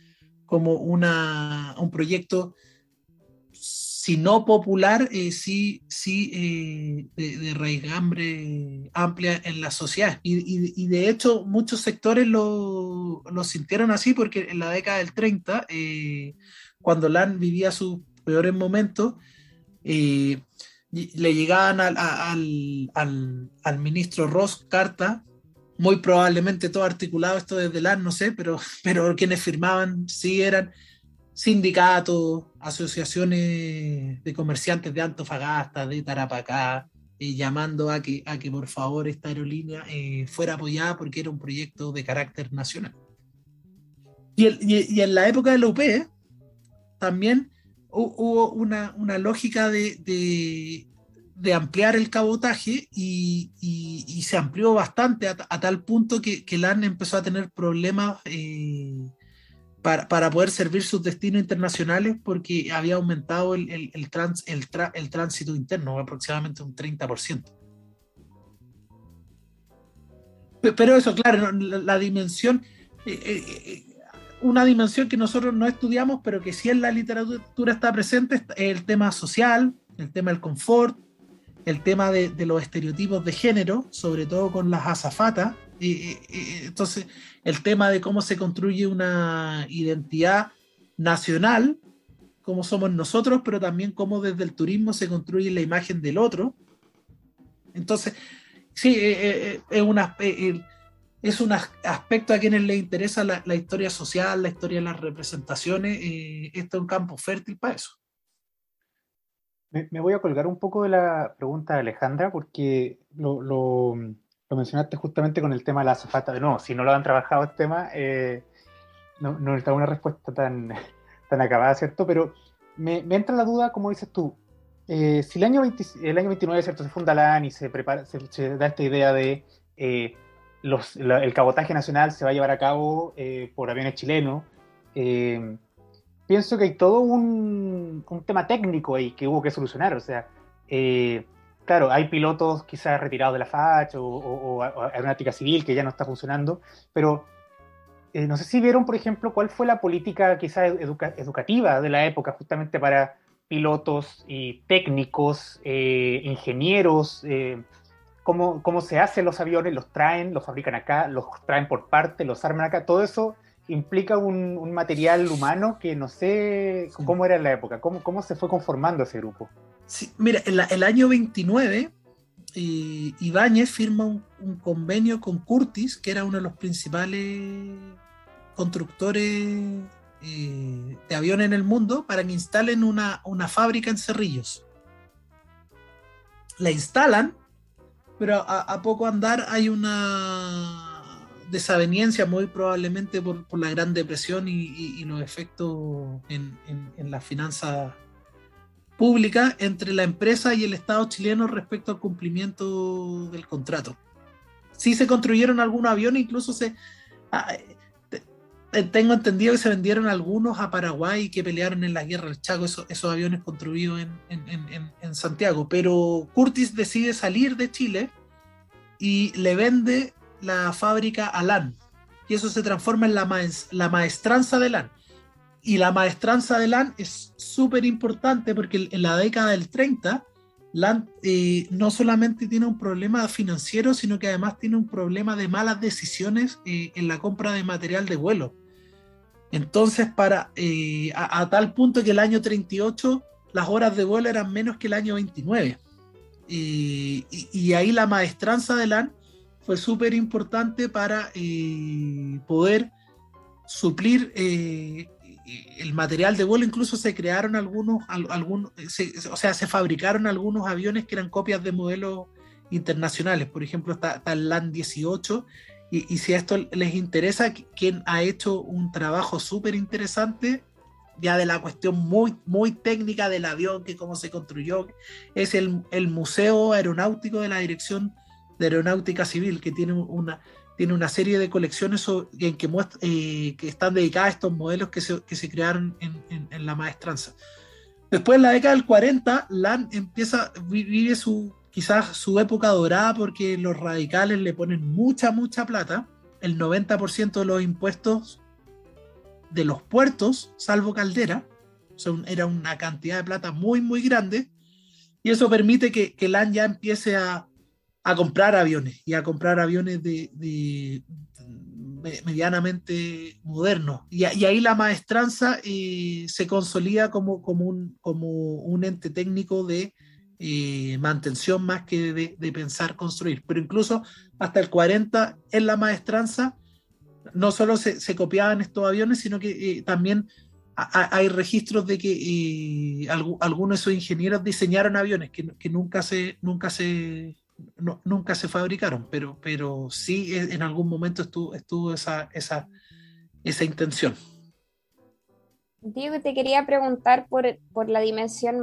un proyecto, si no popular, sí de raigambre amplia en la sociedad. Y de hecho, muchos sectores lo sintieron así, porque en la década del 30, cuando LAN vivía sus peores momentos, le llegaban al ministro Ross cartas, muy probablemente todo articulado esto desde LAN, no sé, pero quienes firmaban sí eran sindicatos, asociaciones de comerciantes de Antofagasta, de Tarapacá, llamando a que por favor esta aerolínea fuera apoyada porque era un proyecto de carácter nacional. Y en la época de la UP también hubo una lógica de ampliar el cabotaje y se amplió bastante a tal punto que LAN empezó a tener problemas para poder servir sus destinos internacionales porque había aumentado el tránsito interno aproximadamente un 30%. Pero eso, claro, la dimensión, una dimensión que nosotros no estudiamos, pero que sí en la literatura está presente, es el tema social, el tema del confort, el tema de los estereotipos de género, sobre todo con las azafatas. Entonces, el tema de cómo se construye una identidad nacional, cómo somos nosotros, pero también cómo desde el turismo se construye la imagen del otro. Entonces, sí, es un aspecto a quienes les interesa la historia social, la historia de las representaciones. Esto es un campo fértil para eso. Me voy a colgar un poco de la pregunta de Alejandra porque lo mencionaste justamente con el tema de la azafata. De nuevo, si no lo han trabajado el tema, no está una respuesta tan acabada, ¿cierto? Pero me entra la duda, como dices tú, si el año 29, ¿cierto? Se funda la AN y se da esta idea de el cabotaje nacional se va a llevar a cabo por aviones chilenos. Pienso que hay todo un tema técnico ahí que hubo que solucionar. O sea, claro, hay pilotos quizás retirados de la FACH o aeronáutica civil que ya no está funcionando, pero no sé si vieron, por ejemplo, cuál fue la política quizás educativa de la época justamente para pilotos y técnicos, ingenieros, cómo se hacen los aviones, los traen, los fabrican acá, los traen por parte, los arman acá, todo eso implica un material humano que no sé cómo era en la época, cómo se fue conformando ese grupo. Sí, mira, el año 29 Ibáñez firma un convenio con Curtiss, que era uno de los principales constructores de aviones en el mundo, para que instalen una fábrica en Cerrillos. La instalan, pero a poco andar hay una desaveniencia, muy probablemente por la Gran Depresión y los efectos en la finanza pública entre la empresa y el Estado chileno respecto al cumplimiento del contrato. Sí se construyeron algunos aviones, incluso tengo entendido que se vendieron algunos a Paraguay que pelearon en la guerra del Chaco, esos aviones construidos en Santiago, pero Curtiss decide salir de Chile y le vende la fábrica a LAN, y eso se transforma en la maestranza de LAN. Y la maestranza de LAN es súper importante porque en la década del 30 LAN no solamente tiene un problema financiero, sino que además tiene un problema de malas decisiones en la compra de material de vuelo. Entonces, a tal punto que el año 38 las horas de vuelo eran menos que el año 29. Y ahí la maestranza de LAN fue súper importante para poder suplir el material de vuelo. Incluso se crearon se fabricaron algunos aviones que eran copias de modelos internacionales. Por ejemplo, está el LAN 18, y si a esto les interesa, quien ha hecho un trabajo súper interesante ya de la cuestión muy, muy técnica del avión, que cómo se construyó, es el Museo Aeronáutico de la Dirección de Aeronáutica Civil, que tiene una serie de colecciones que están dedicadas a estos modelos que se crearon en la maestranza. Después, en la década del 40, LAN vive quizás su época dorada, porque los radicales le ponen mucha plata. El 90% de los impuestos de los puertos, salvo Caldera, era una cantidad de plata muy, muy grande, y eso permite que LAN ya empiece a comprar aviones, y a comprar aviones de medianamente modernos. Y ahí la maestranza se consolida como un ente técnico de mantención más que de pensar construir. Pero incluso hasta el 40 en la maestranza no solo se copiaban estos aviones, sino que también hay registros de que algunos de esos ingenieros diseñaron aviones que nunca se fabricaron, pero sí en algún momento estuvo esa intención. Diego, te quería preguntar por la dimensión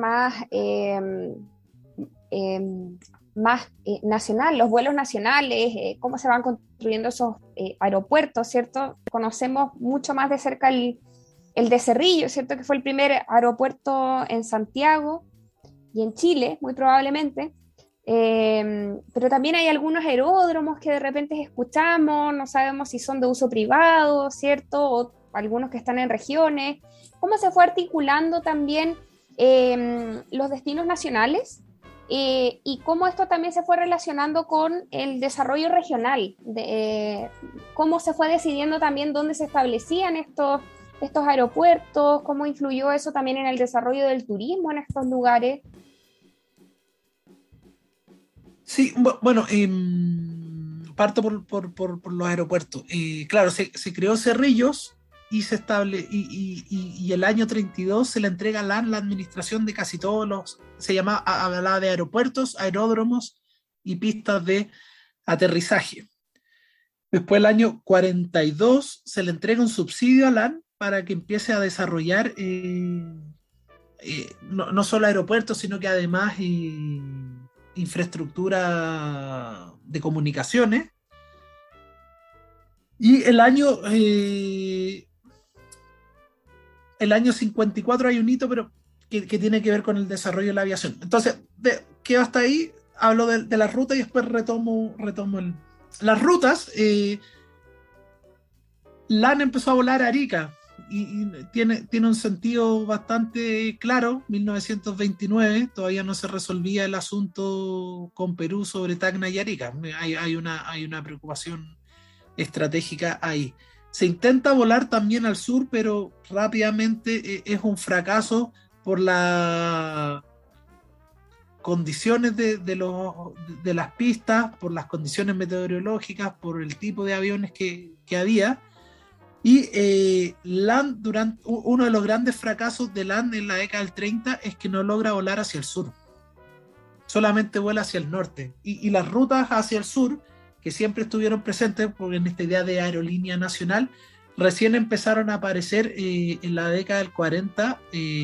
más nacional, los vuelos nacionales, cómo se van construyendo esos aeropuertos, ¿cierto? Conocemos mucho más de cerca el de Cerrillo, ¿cierto? Que fue el primer aeropuerto en Santiago y en Chile, muy probablemente. Pero también hay algunos aeródromos que de repente escuchamos, no sabemos si son de uso privado, ¿cierto? O algunos que están en regiones. ¿Cómo se fue articulando también los destinos nacionales? Y cómo esto también se fue relacionando con el desarrollo regional, cómo se fue decidiendo también dónde se establecían estos aeropuertos, cómo influyó eso también en el desarrollo del turismo en estos lugares. Sí, bueno, parto por los aeropuertos. Claro, se creó Cerrillos y el año 32 se le entrega a la administración de casi todos hablaba de aeropuertos, aeródromos y pistas de aterrizaje. Después, el año 42 se le entrega un subsidio a LAN para que empiece a desarrollar no solo aeropuertos, sino que además infraestructura de comunicaciones. Y el año 54 hay un hito, pero que tiene que ver con el desarrollo de la aviación. Entonces, quedo hasta ahí, hablo de las rutas y después retomo las rutas. LAN empezó a volar a Arica y tiene un sentido bastante claro. 1929, todavía no se resolvía el asunto con Perú sobre Tacna y Arica. Hay una preocupación estratégica ahí. Se intenta volar también al sur, pero rápidamente es un fracaso por las condiciones de las pistas, por las condiciones meteorológicas, por el tipo de aviones que había. Y LAN, uno de los grandes fracasos de LAN en la década del 30 es que no logra volar hacia el sur. Solamente vuela hacia el norte. Y las rutas hacia el sur, que siempre estuvieron presentes, porque en esta idea de aerolínea nacional, recién empezaron a aparecer en la década del 40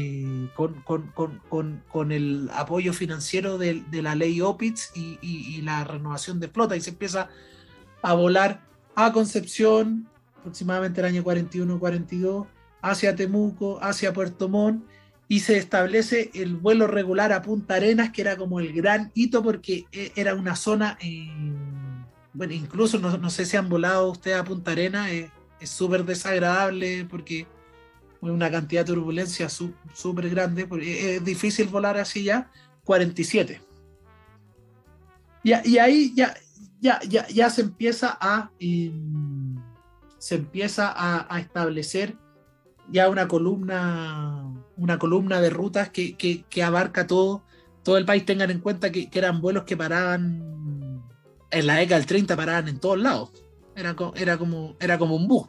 con el apoyo financiero de la ley OPITS y la renovación de flota, y se empieza a volar a Concepción, aproximadamente el año 41-42, hacia Temuco, hacia Puerto Montt, y se establece el vuelo regular a Punta Arenas, que era como el gran hito, porque era una zona... Bueno, incluso no sé si han volado ustedes a Punta Arenas, es súper desagradable porque hay una cantidad de turbulencia súper grande, porque es difícil volar hacia allá. 47. Y ahí ya se empieza a establecer ya una columna de rutas que abarca todo el país. Tengan en cuenta que eran vuelos que paraban en la década del 30, paraban en todos lados. Era como un bus.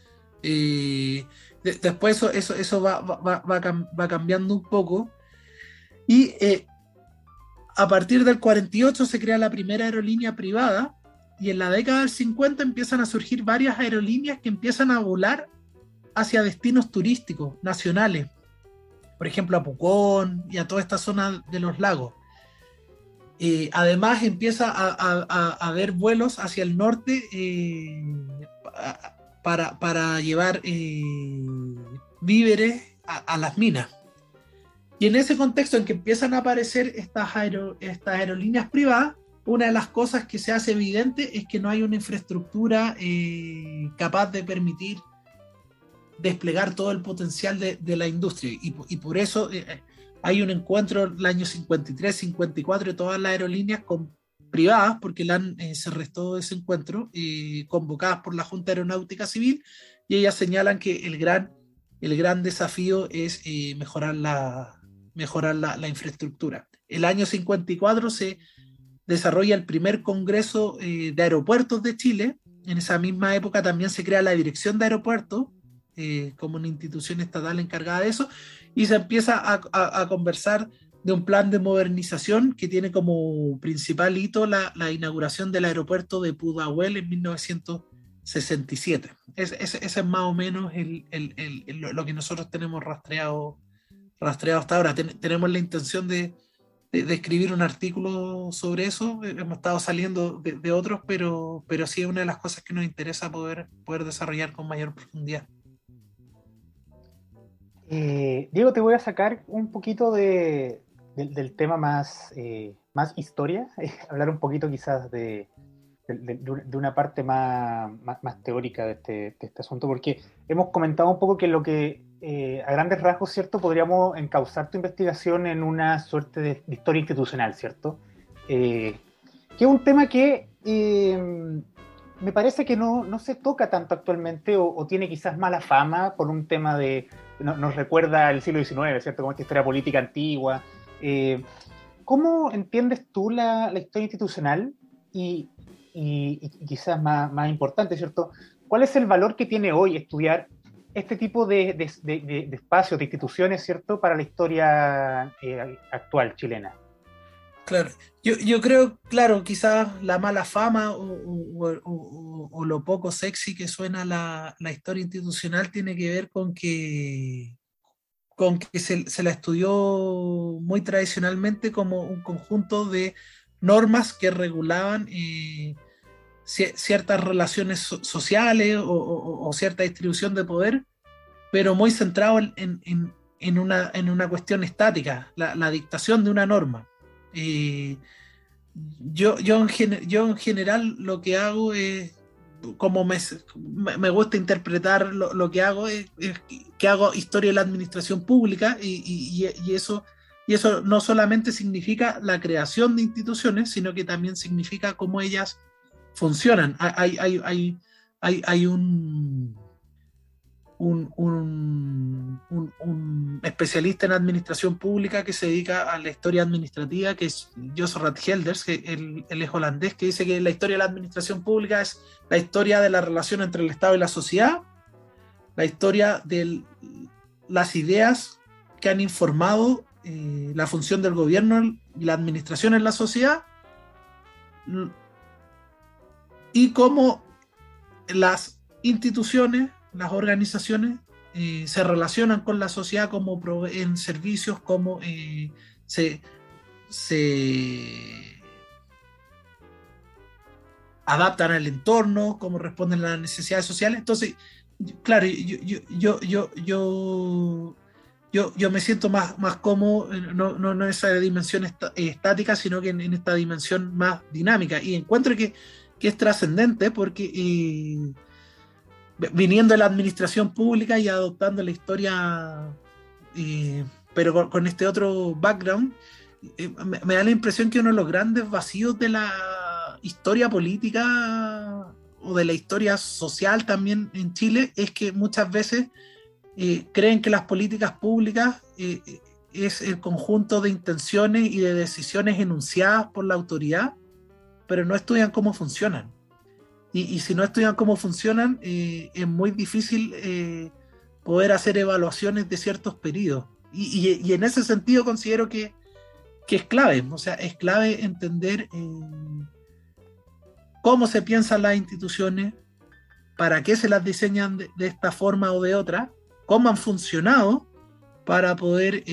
Después eso va cambiando un poco. Y a partir del 48 se crea la primera aerolínea privada, y en la década del 50 empiezan a surgir varias aerolíneas que empiezan a volar hacia destinos turísticos nacionales. Por ejemplo, a Pucón y a toda esta zona de los lagos. Además empieza a haber vuelos hacia el norte para llevar víveres a las minas. Y en ese contexto en que empiezan a aparecer estas aerolíneas privadas, una de las cosas que se hace evidente es que no hay una infraestructura capaz de permitir desplegar todo el potencial de la industria. Y por eso... hay un encuentro el año 53, 54 de todas las aerolíneas privadas, porque LAN se restó de ese encuentro, convocadas por la Junta Aeronáutica Civil, y ellas señalan que el gran desafío es mejorar la infraestructura. El año 54 se desarrolla el primer Congreso de Aeropuertos de Chile. En esa misma época también se crea la Dirección de Aeropuertos, como una institución estatal encargada de eso, y se empieza a conversar de un plan de modernización que tiene como principal hito la inauguración del aeropuerto de Pudahuel en 1967. Ese es más o menos lo que nosotros tenemos rastreado hasta ahora. Tenemos la intención de escribir un artículo sobre eso. Hemos estado saliendo de otros, pero sí es una de las cosas que nos interesa poder desarrollar con mayor profundidad. Diego, te voy a sacar un poquito del tema más historia, hablar un poquito quizás de una parte más teórica de este asunto, porque hemos comentado un poco que lo que a grandes rasgos, ¿cierto? Podríamos encauzar tu investigación en una suerte de historia institucional, ¿cierto? Que es un tema que me parece que no se toca tanto actualmente o tiene quizás mala fama por un tema nos recuerda el siglo XIX, ¿cierto? Como esta historia política antigua. ¿Cómo entiendes tú la historia institucional y quizás más importante, ¿cierto? ¿Cuál es el valor que tiene hoy estudiar este tipo de espacios, de instituciones, ¿cierto? Para la historia actual chilena? Claro, yo creo, claro, quizás la mala fama o lo poco sexy que suena la historia institucional tiene que ver con que se la estudió muy tradicionalmente como un conjunto de normas que regulaban ciertas relaciones sociales o cierta distribución de poder, pero muy centrado en una cuestión estática, la dictación de una norma. Yo en general lo que hago es, como me gusta interpretar lo que hago, es que hago historia de la administración pública y eso no solamente significa la creación de instituciones, sino que también significa cómo ellas funcionan. Hay un especialista en administración pública que se dedica a la historia administrativa, que es Jos Ratgelders, que él es holandés, que dice que la historia de la administración pública es la historia de la relación entre el Estado y la sociedad, la historia de las ideas que han informado la función del gobierno y la administración en la sociedad, y cómo las instituciones, las organizaciones se relacionan con la sociedad, como proveen servicios, como se adaptan al entorno, cómo responden a las necesidades sociales. Entonces, claro, yo me siento más cómodo, no en esa dimensión estática, sino que en esta dimensión más dinámica. Y encuentro que es trascendente porque viniendo de la administración pública y adoptando la historia, pero con este otro background, me da la impresión que uno de los grandes vacíos de la historia política o de la historia social también en Chile es que muchas veces creen que las políticas públicas es el conjunto de intenciones y de decisiones enunciadas por la autoridad, pero no estudian cómo funcionan. Y si no estudian cómo funcionan, es muy difícil poder hacer evaluaciones de ciertos periodos. Y en ese sentido considero que es clave. O sea, es clave entender cómo se piensan las instituciones, para qué se las diseñan de esta forma o de otra, cómo han funcionado para poder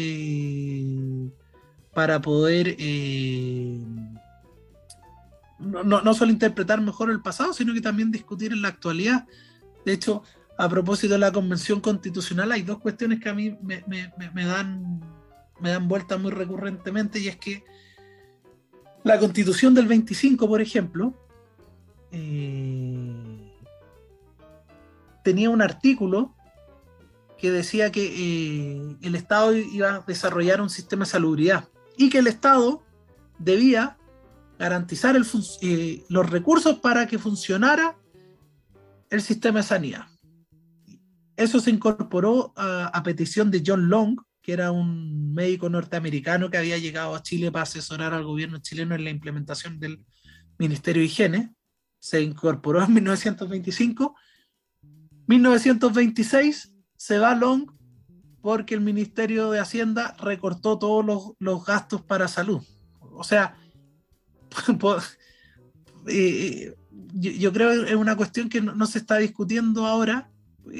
no solo interpretar mejor el pasado, sino que también discutir en la actualidad. De hecho, a propósito de la Convención Constitucional, hay dos cuestiones que a mí me dan vuelta muy recurrentemente, y es que la Constitución del 25, por ejemplo, tenía un artículo que decía que el Estado iba a desarrollar un sistema de salubridad y que el Estado debía garantizar los recursos para que funcionara el sistema de sanidad. Eso se incorporó a petición de John Long, que era un médico norteamericano que había llegado a Chile para asesorar al gobierno chileno en la implementación del Ministerio de Higiene. Se incorporó en 1925 1926 se va Long porque el Ministerio de Hacienda recortó todos los gastos para salud. O sea, yo creo que es una cuestión que no se está discutiendo ahora.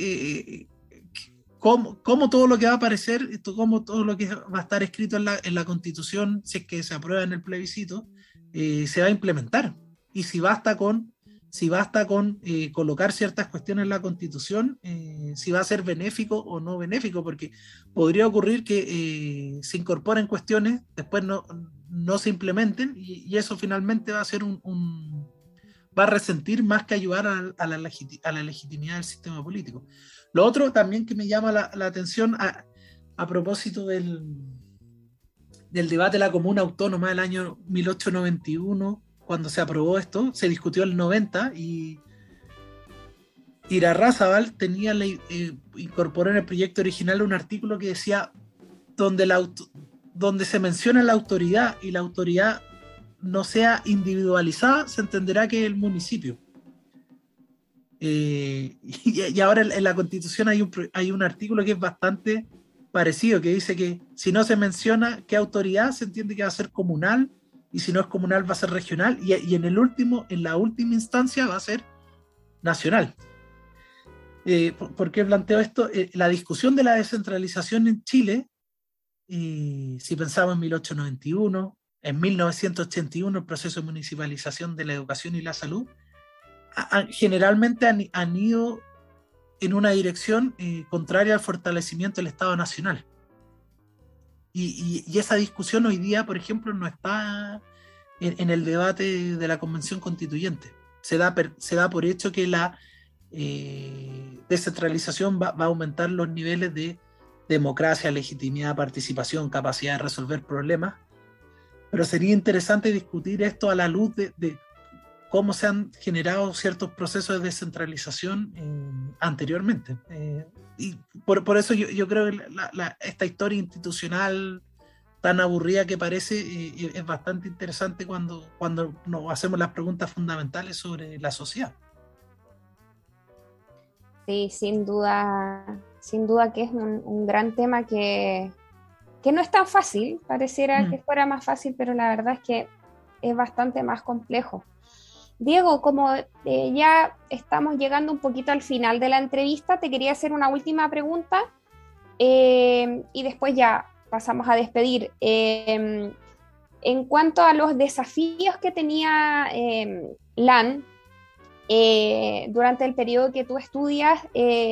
Cómo todo lo que va a aparecer, cómo todo lo que va a estar escrito en la Constitución, si es que se aprueba en el plebiscito, se va a implementar. Y si basta con colocar ciertas cuestiones en la Constitución, si va a ser benéfico o no benéfico, porque podría ocurrir que se incorporen cuestiones, después no se implementen, y eso finalmente va a ser va a resentir más que ayudar a la legitimidad del sistema político. Lo otro también que me llama la atención a propósito del debate de la Comuna Autónoma del año 1891, cuando se aprobó esto, se discutió el 90 y Irarrázaval incorporó en el proyecto original un artículo que decía donde se menciona la autoridad y la autoridad no sea individualizada, se entenderá que es el municipio. Y ahora en la Constitución hay un artículo que es bastante parecido, que dice que si no se menciona qué autoridad, se entiende que va a ser comunal, y si no es comunal va a ser regional, y en la última instancia va a ser nacional. ¿Por qué planteo esto? La discusión de la descentralización en Chile, si pensamos en 1891, en 1981 el proceso de municipalización de la educación y la salud, generalmente han ido en una dirección contraria al fortalecimiento del Estado Nacional. Y esa discusión hoy día, por ejemplo, no está en el debate de la Convención Constituyente. Se da por hecho que la descentralización va a aumentar los niveles de democracia, legitimidad, participación, capacidad de resolver problemas, pero sería interesante discutir esto a la luz de cómo se han generado ciertos procesos de descentralización anteriormente. Y por eso yo creo que esta historia institucional tan aburrida que parece es bastante interesante cuando nos hacemos las preguntas fundamentales sobre la sociedad. Sí, sin duda que es un gran tema que no es tan fácil. Pareciera que fuera más fácil, pero la verdad es que es bastante más complejo. Diego, como ya estamos llegando un poquito al final de la entrevista, te quería hacer una última pregunta y después ya pasamos a despedir. En cuanto a los desafíos que tenía LAN durante el periodo que tú estudias,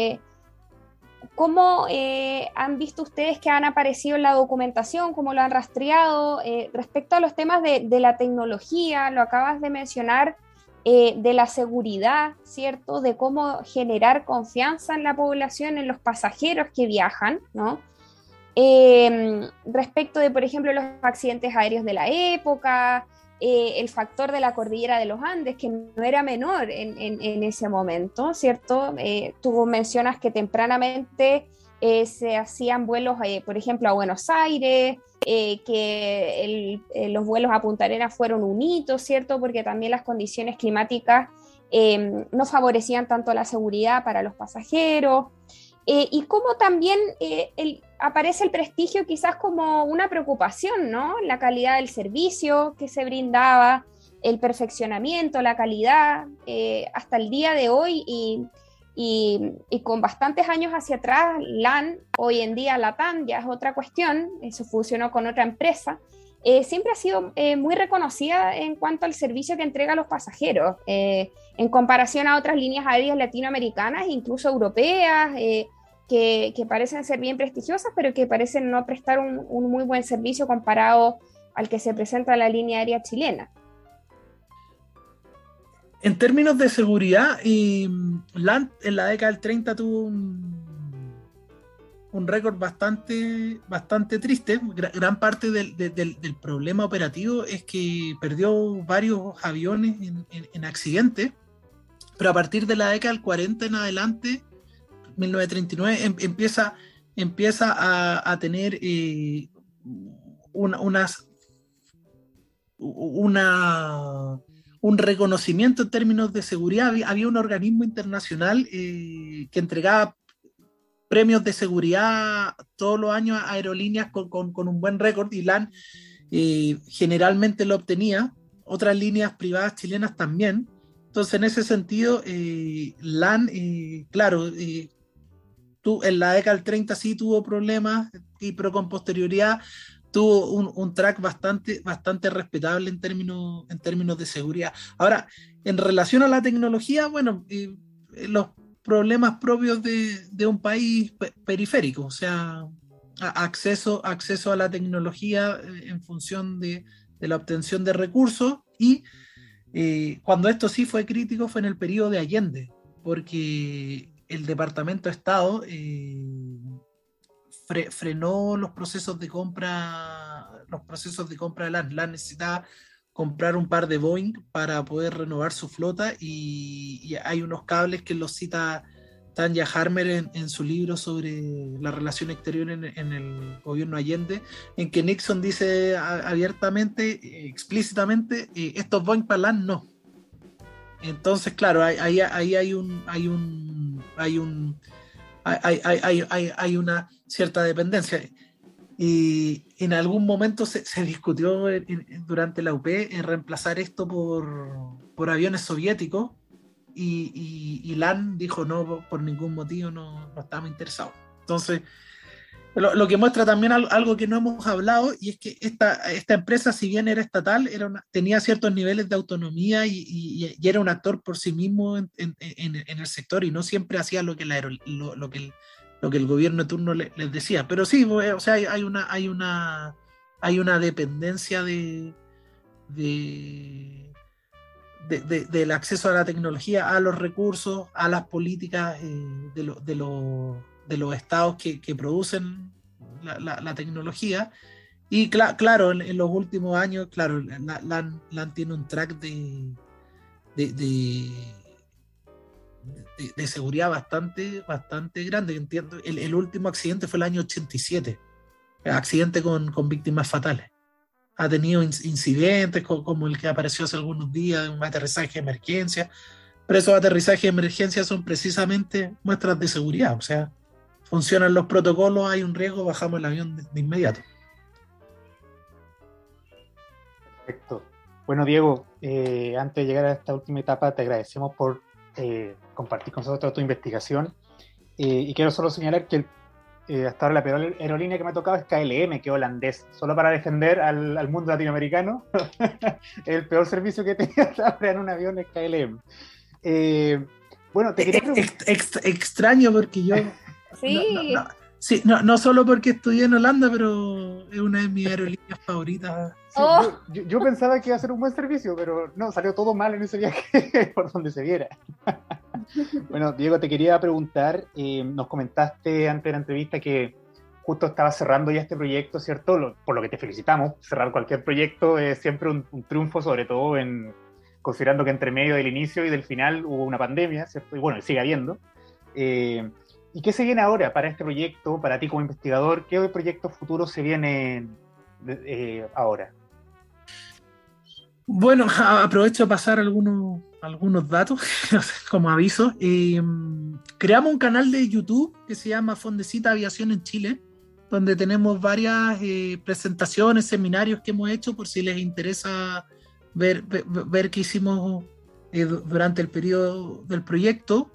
¿cómo han visto ustedes que han aparecido en la documentación? ¿Cómo lo han rastreado? Respecto a los temas de la tecnología, lo acabas de mencionar, de la seguridad, ¿cierto? De cómo generar confianza en la población, en los pasajeros que viajan, ¿no? Respecto de, por ejemplo, los accidentes aéreos de la época, el factor de la cordillera de los Andes, que no era menor en ese momento, ¿cierto? Tú mencionas que tempranamente se hacían vuelos, por ejemplo, a Buenos Aires, que los vuelos a Punta Arenas fueron un hito, ¿cierto? Porque también las condiciones climáticas no favorecían tanto la seguridad para los pasajeros. Y cómo también aparece el prestigio quizás como una preocupación, ¿no? La calidad del servicio que se brindaba, el perfeccionamiento, la calidad, hasta el día de hoy y con bastantes años hacia atrás, LAN, hoy en día LATAM ya es otra cuestión, eso fusionó con otra empresa, siempre ha sido muy reconocida en cuanto al servicio que entrega a los pasajeros, en comparación a otras líneas aéreas latinoamericanas, incluso europeas, que parecen ser bien prestigiosas, pero que parecen no prestar un muy buen servicio comparado al que se presenta en la línea aérea chilena. En términos de seguridad, LAN en la década del 30 tuvo un récord bastante triste. Gran parte del problema operativo es que perdió varios aviones en accidentes, pero a partir de la década del 40 en adelante, 1939, empieza a tener un reconocimiento en términos de seguridad. Había un organismo internacional que entregaba premios de seguridad todos los años a aerolíneas con un buen récord, y LAN generalmente lo obtenía, otras líneas privadas chilenas también. Entonces, en ese sentido, LAN, claro, en la década del 30 sí tuvo problemas, pero con posterioridad tuvo un track bastante respetable en términos de seguridad. Ahora, en relación a la tecnología, bueno, los problemas propios de un país periférico, o sea, acceso a la tecnología en función de la obtención de recursos, y cuando esto sí fue crítico fue en el periodo de Allende, porque el Departamento de Estado frenó los procesos de compra de LAN. LAN necesitaba comprar un par de Boeing para poder renovar su flota, y hay unos cables que los cita Tanya Harmer en su libro sobre la relación exterior en el gobierno Allende, en que Nixon dice abiertamente, explícitamente, estos Boeing para LAN no. Entonces, claro, ahí hay una cierta dependencia. Y en algún momento se discutió durante la UP reemplazar esto por aviones soviéticos, y LAN dijo no, por ningún motivo no estamos interesados. Entonces, lo que muestra también algo que no hemos hablado, y es que esta empresa, si bien era estatal, tenía ciertos niveles de autonomía y era un actor por sí mismo en el sector, y no siempre hacía lo que el gobierno de turno les decía. Pero sí, o sea, hay una dependencia del acceso a la tecnología, a los recursos, a las políticas de los estados que producen la tecnología. Y claro, en los últimos años, claro, LAN tiene un track de seguridad bastante grande. Entiendo, el último accidente fue el año 87, accidente con víctimas fatales. Ha tenido incidentes como el que apareció hace algunos días, de un aterrizaje de emergencia, pero esos aterrizajes de emergencia son precisamente muestras de seguridad, o sea, funcionan los protocolos, hay un riesgo, bajamos el avión de inmediato. Perfecto. Bueno, Diego, antes de llegar a esta última etapa, te agradecemos por compartir con nosotros tu investigación, y quiero solo señalar que hasta ahora la peor aerolínea que me ha tocado es KLM, que es holandés, solo para defender al mundo latinoamericano. El peor servicio que he tenido hasta ahora en un avión es KLM. Bueno, te quería extraño, porque yo sí. Sí, no solo porque estudié en Holanda, pero es una de mis aerolíneas favoritas. Sí, yo pensaba que iba a ser un buen servicio, pero no, salió todo mal en ese viaje, por donde se viera. Bueno, Diego, te quería preguntar, nos comentaste antes de la entrevista que justo estabas cerrando ya este proyecto, ¿cierto? Por lo que te felicitamos. Cerrar cualquier proyecto es siempre un triunfo, sobre todo considerando que entre medio del inicio y del final hubo una pandemia, ¿cierto? Y bueno, sigue habiendo. ¿Y qué se viene ahora para este proyecto, para ti como investigador? ¿Qué proyectos futuros se vienen ahora? Bueno, aprovecho a pasar algunos datos como aviso. Creamos un canal de YouTube que se llama Fondecita Aviación en Chile, donde tenemos varias presentaciones, seminarios que hemos hecho, por si les interesa ver qué hicimos durante el periodo del proyecto.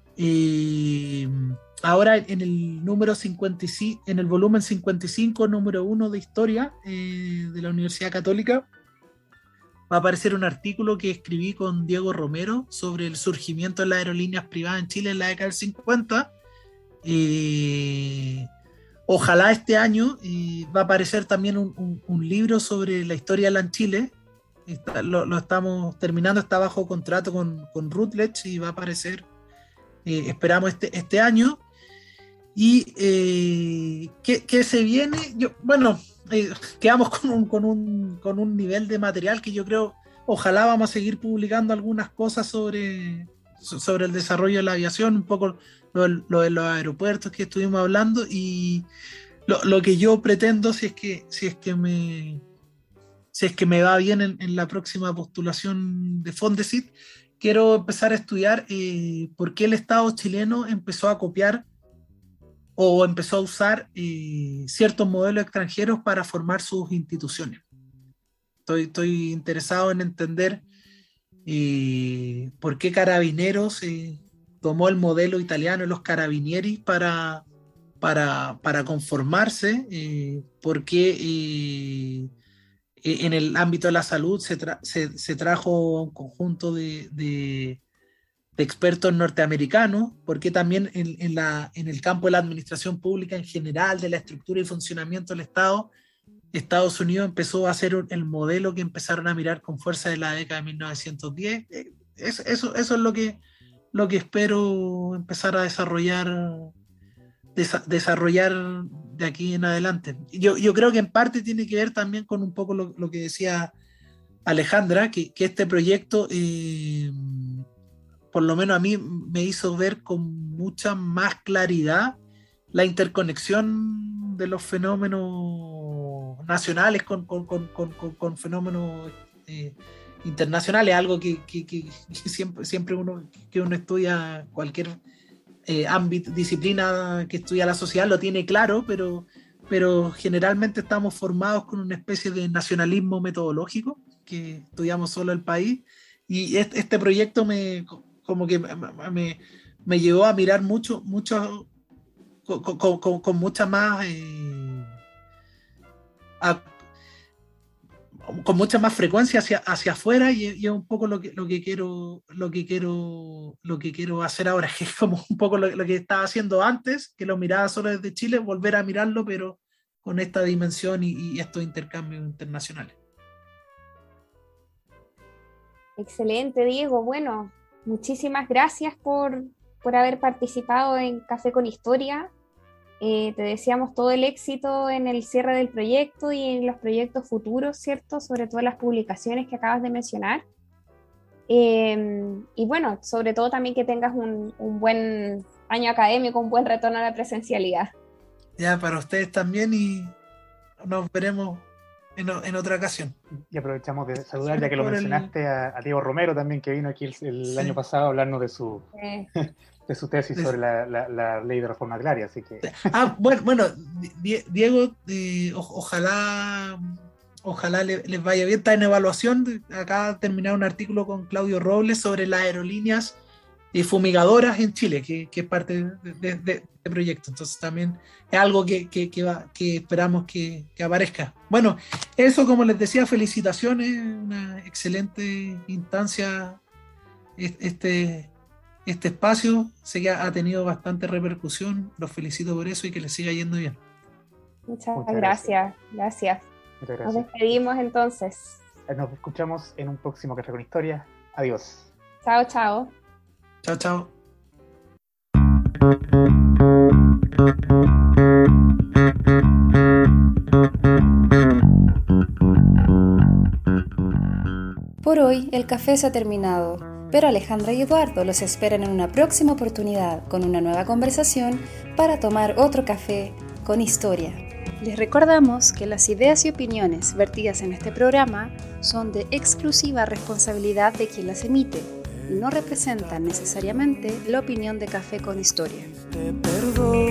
Ahora en el número 55, en el volumen 55, número 1 de historia de la Universidad Católica, va a aparecer un artículo que escribí con Diego Romero sobre el surgimiento de las aerolíneas privadas en Chile en la década del 50. Ojalá este año va a aparecer también un libro sobre la historia de LAN Chile. Lo estamos terminando, está bajo contrato con Routledge, y va a aparecer, esperamos este año. Y ¿qué se viene? Quedamos con un nivel de material que yo creo, ojalá vamos a seguir publicando algunas cosas sobre el desarrollo de la aviación, un poco lo de los aeropuertos que estuvimos hablando, y lo que yo pretendo, si es que si es que me va bien en la próxima postulación de Fondesit, quiero empezar a estudiar por qué el Estado chileno empezó a copiar o empezó a usar ciertos modelos extranjeros para formar sus instituciones. Estoy interesado en entender por qué Carabineros tomó el modelo italiano, los Carabinieri, para conformarse, por qué en el ámbito de la salud se trajo un conjunto de expertos norteamericanos, porque también en el campo de la administración pública en general, de la estructura y funcionamiento del Estado, Estados Unidos empezó a hacer el modelo que empezaron a mirar con fuerza de la década de 1910. Eso es lo que espero empezar a desarrollar de aquí en adelante. Yo creo que en parte tiene que ver también con un poco lo que decía Alejandra, que este proyecto, por lo menos a mí, me hizo ver con mucha más claridad la interconexión de los fenómenos nacionales con fenómenos internacionales, algo que siempre uno estudia cualquier disciplina que estudia la sociedad lo tiene claro, pero generalmente estamos formados con una especie de nacionalismo metodológico, que estudiamos solo el país, y este proyecto me llevó a mirar mucho con mucha más con mucha más frecuencia hacia afuera, y es un poco lo que quiero hacer ahora, que es como un poco lo que estaba haciendo antes, que lo miraba solo desde Chile, volver a mirarlo, pero con esta dimensión y estos intercambios internacionales. Excelente, Diego. Bueno, muchísimas gracias por haber participado en Café con Historia. Te deseamos todo el éxito en el cierre del proyecto y en los proyectos futuros, ¿cierto? Sobre todo las publicaciones que acabas de mencionar. Y bueno, sobre todo también que tengas un buen año académico, un buen retorno a la presencialidad. Ya, para ustedes también, y nos veremos en otra ocasión. Y aprovechamos de saludar, ya que lo mencionaste, a Diego Romero también, que vino aquí el año pasado a hablarnos de su tesis sobre la ley de reforma agraria, así que... Bueno, Diego, ojalá les vaya bien. Está en evaluación. Acá ha terminado un artículo con Claudio Robles sobre las aerolíneas fumigadoras en Chile, que es parte de este proyecto. Entonces también es algo que esperamos que aparezca. Bueno, eso, como les decía, felicitaciones, una excelente instancia este espacio. Sé que ha tenido bastante repercusión, los felicito por eso y que les siga yendo bien. Muchas gracias. Nos despedimos entonces. Nos escuchamos en un próximo Café con Historia. Adiós. Chao, chao. Chao, chao. Por hoy el café se ha terminado, pero Alejandra y Eduardo los esperan en una próxima oportunidad con una nueva conversación para tomar otro café con historia. Les recordamos que las ideas y opiniones vertidas en este programa son de exclusiva responsabilidad de quien las emite y no representan necesariamente la opinión de Café con Historia. Te perdono.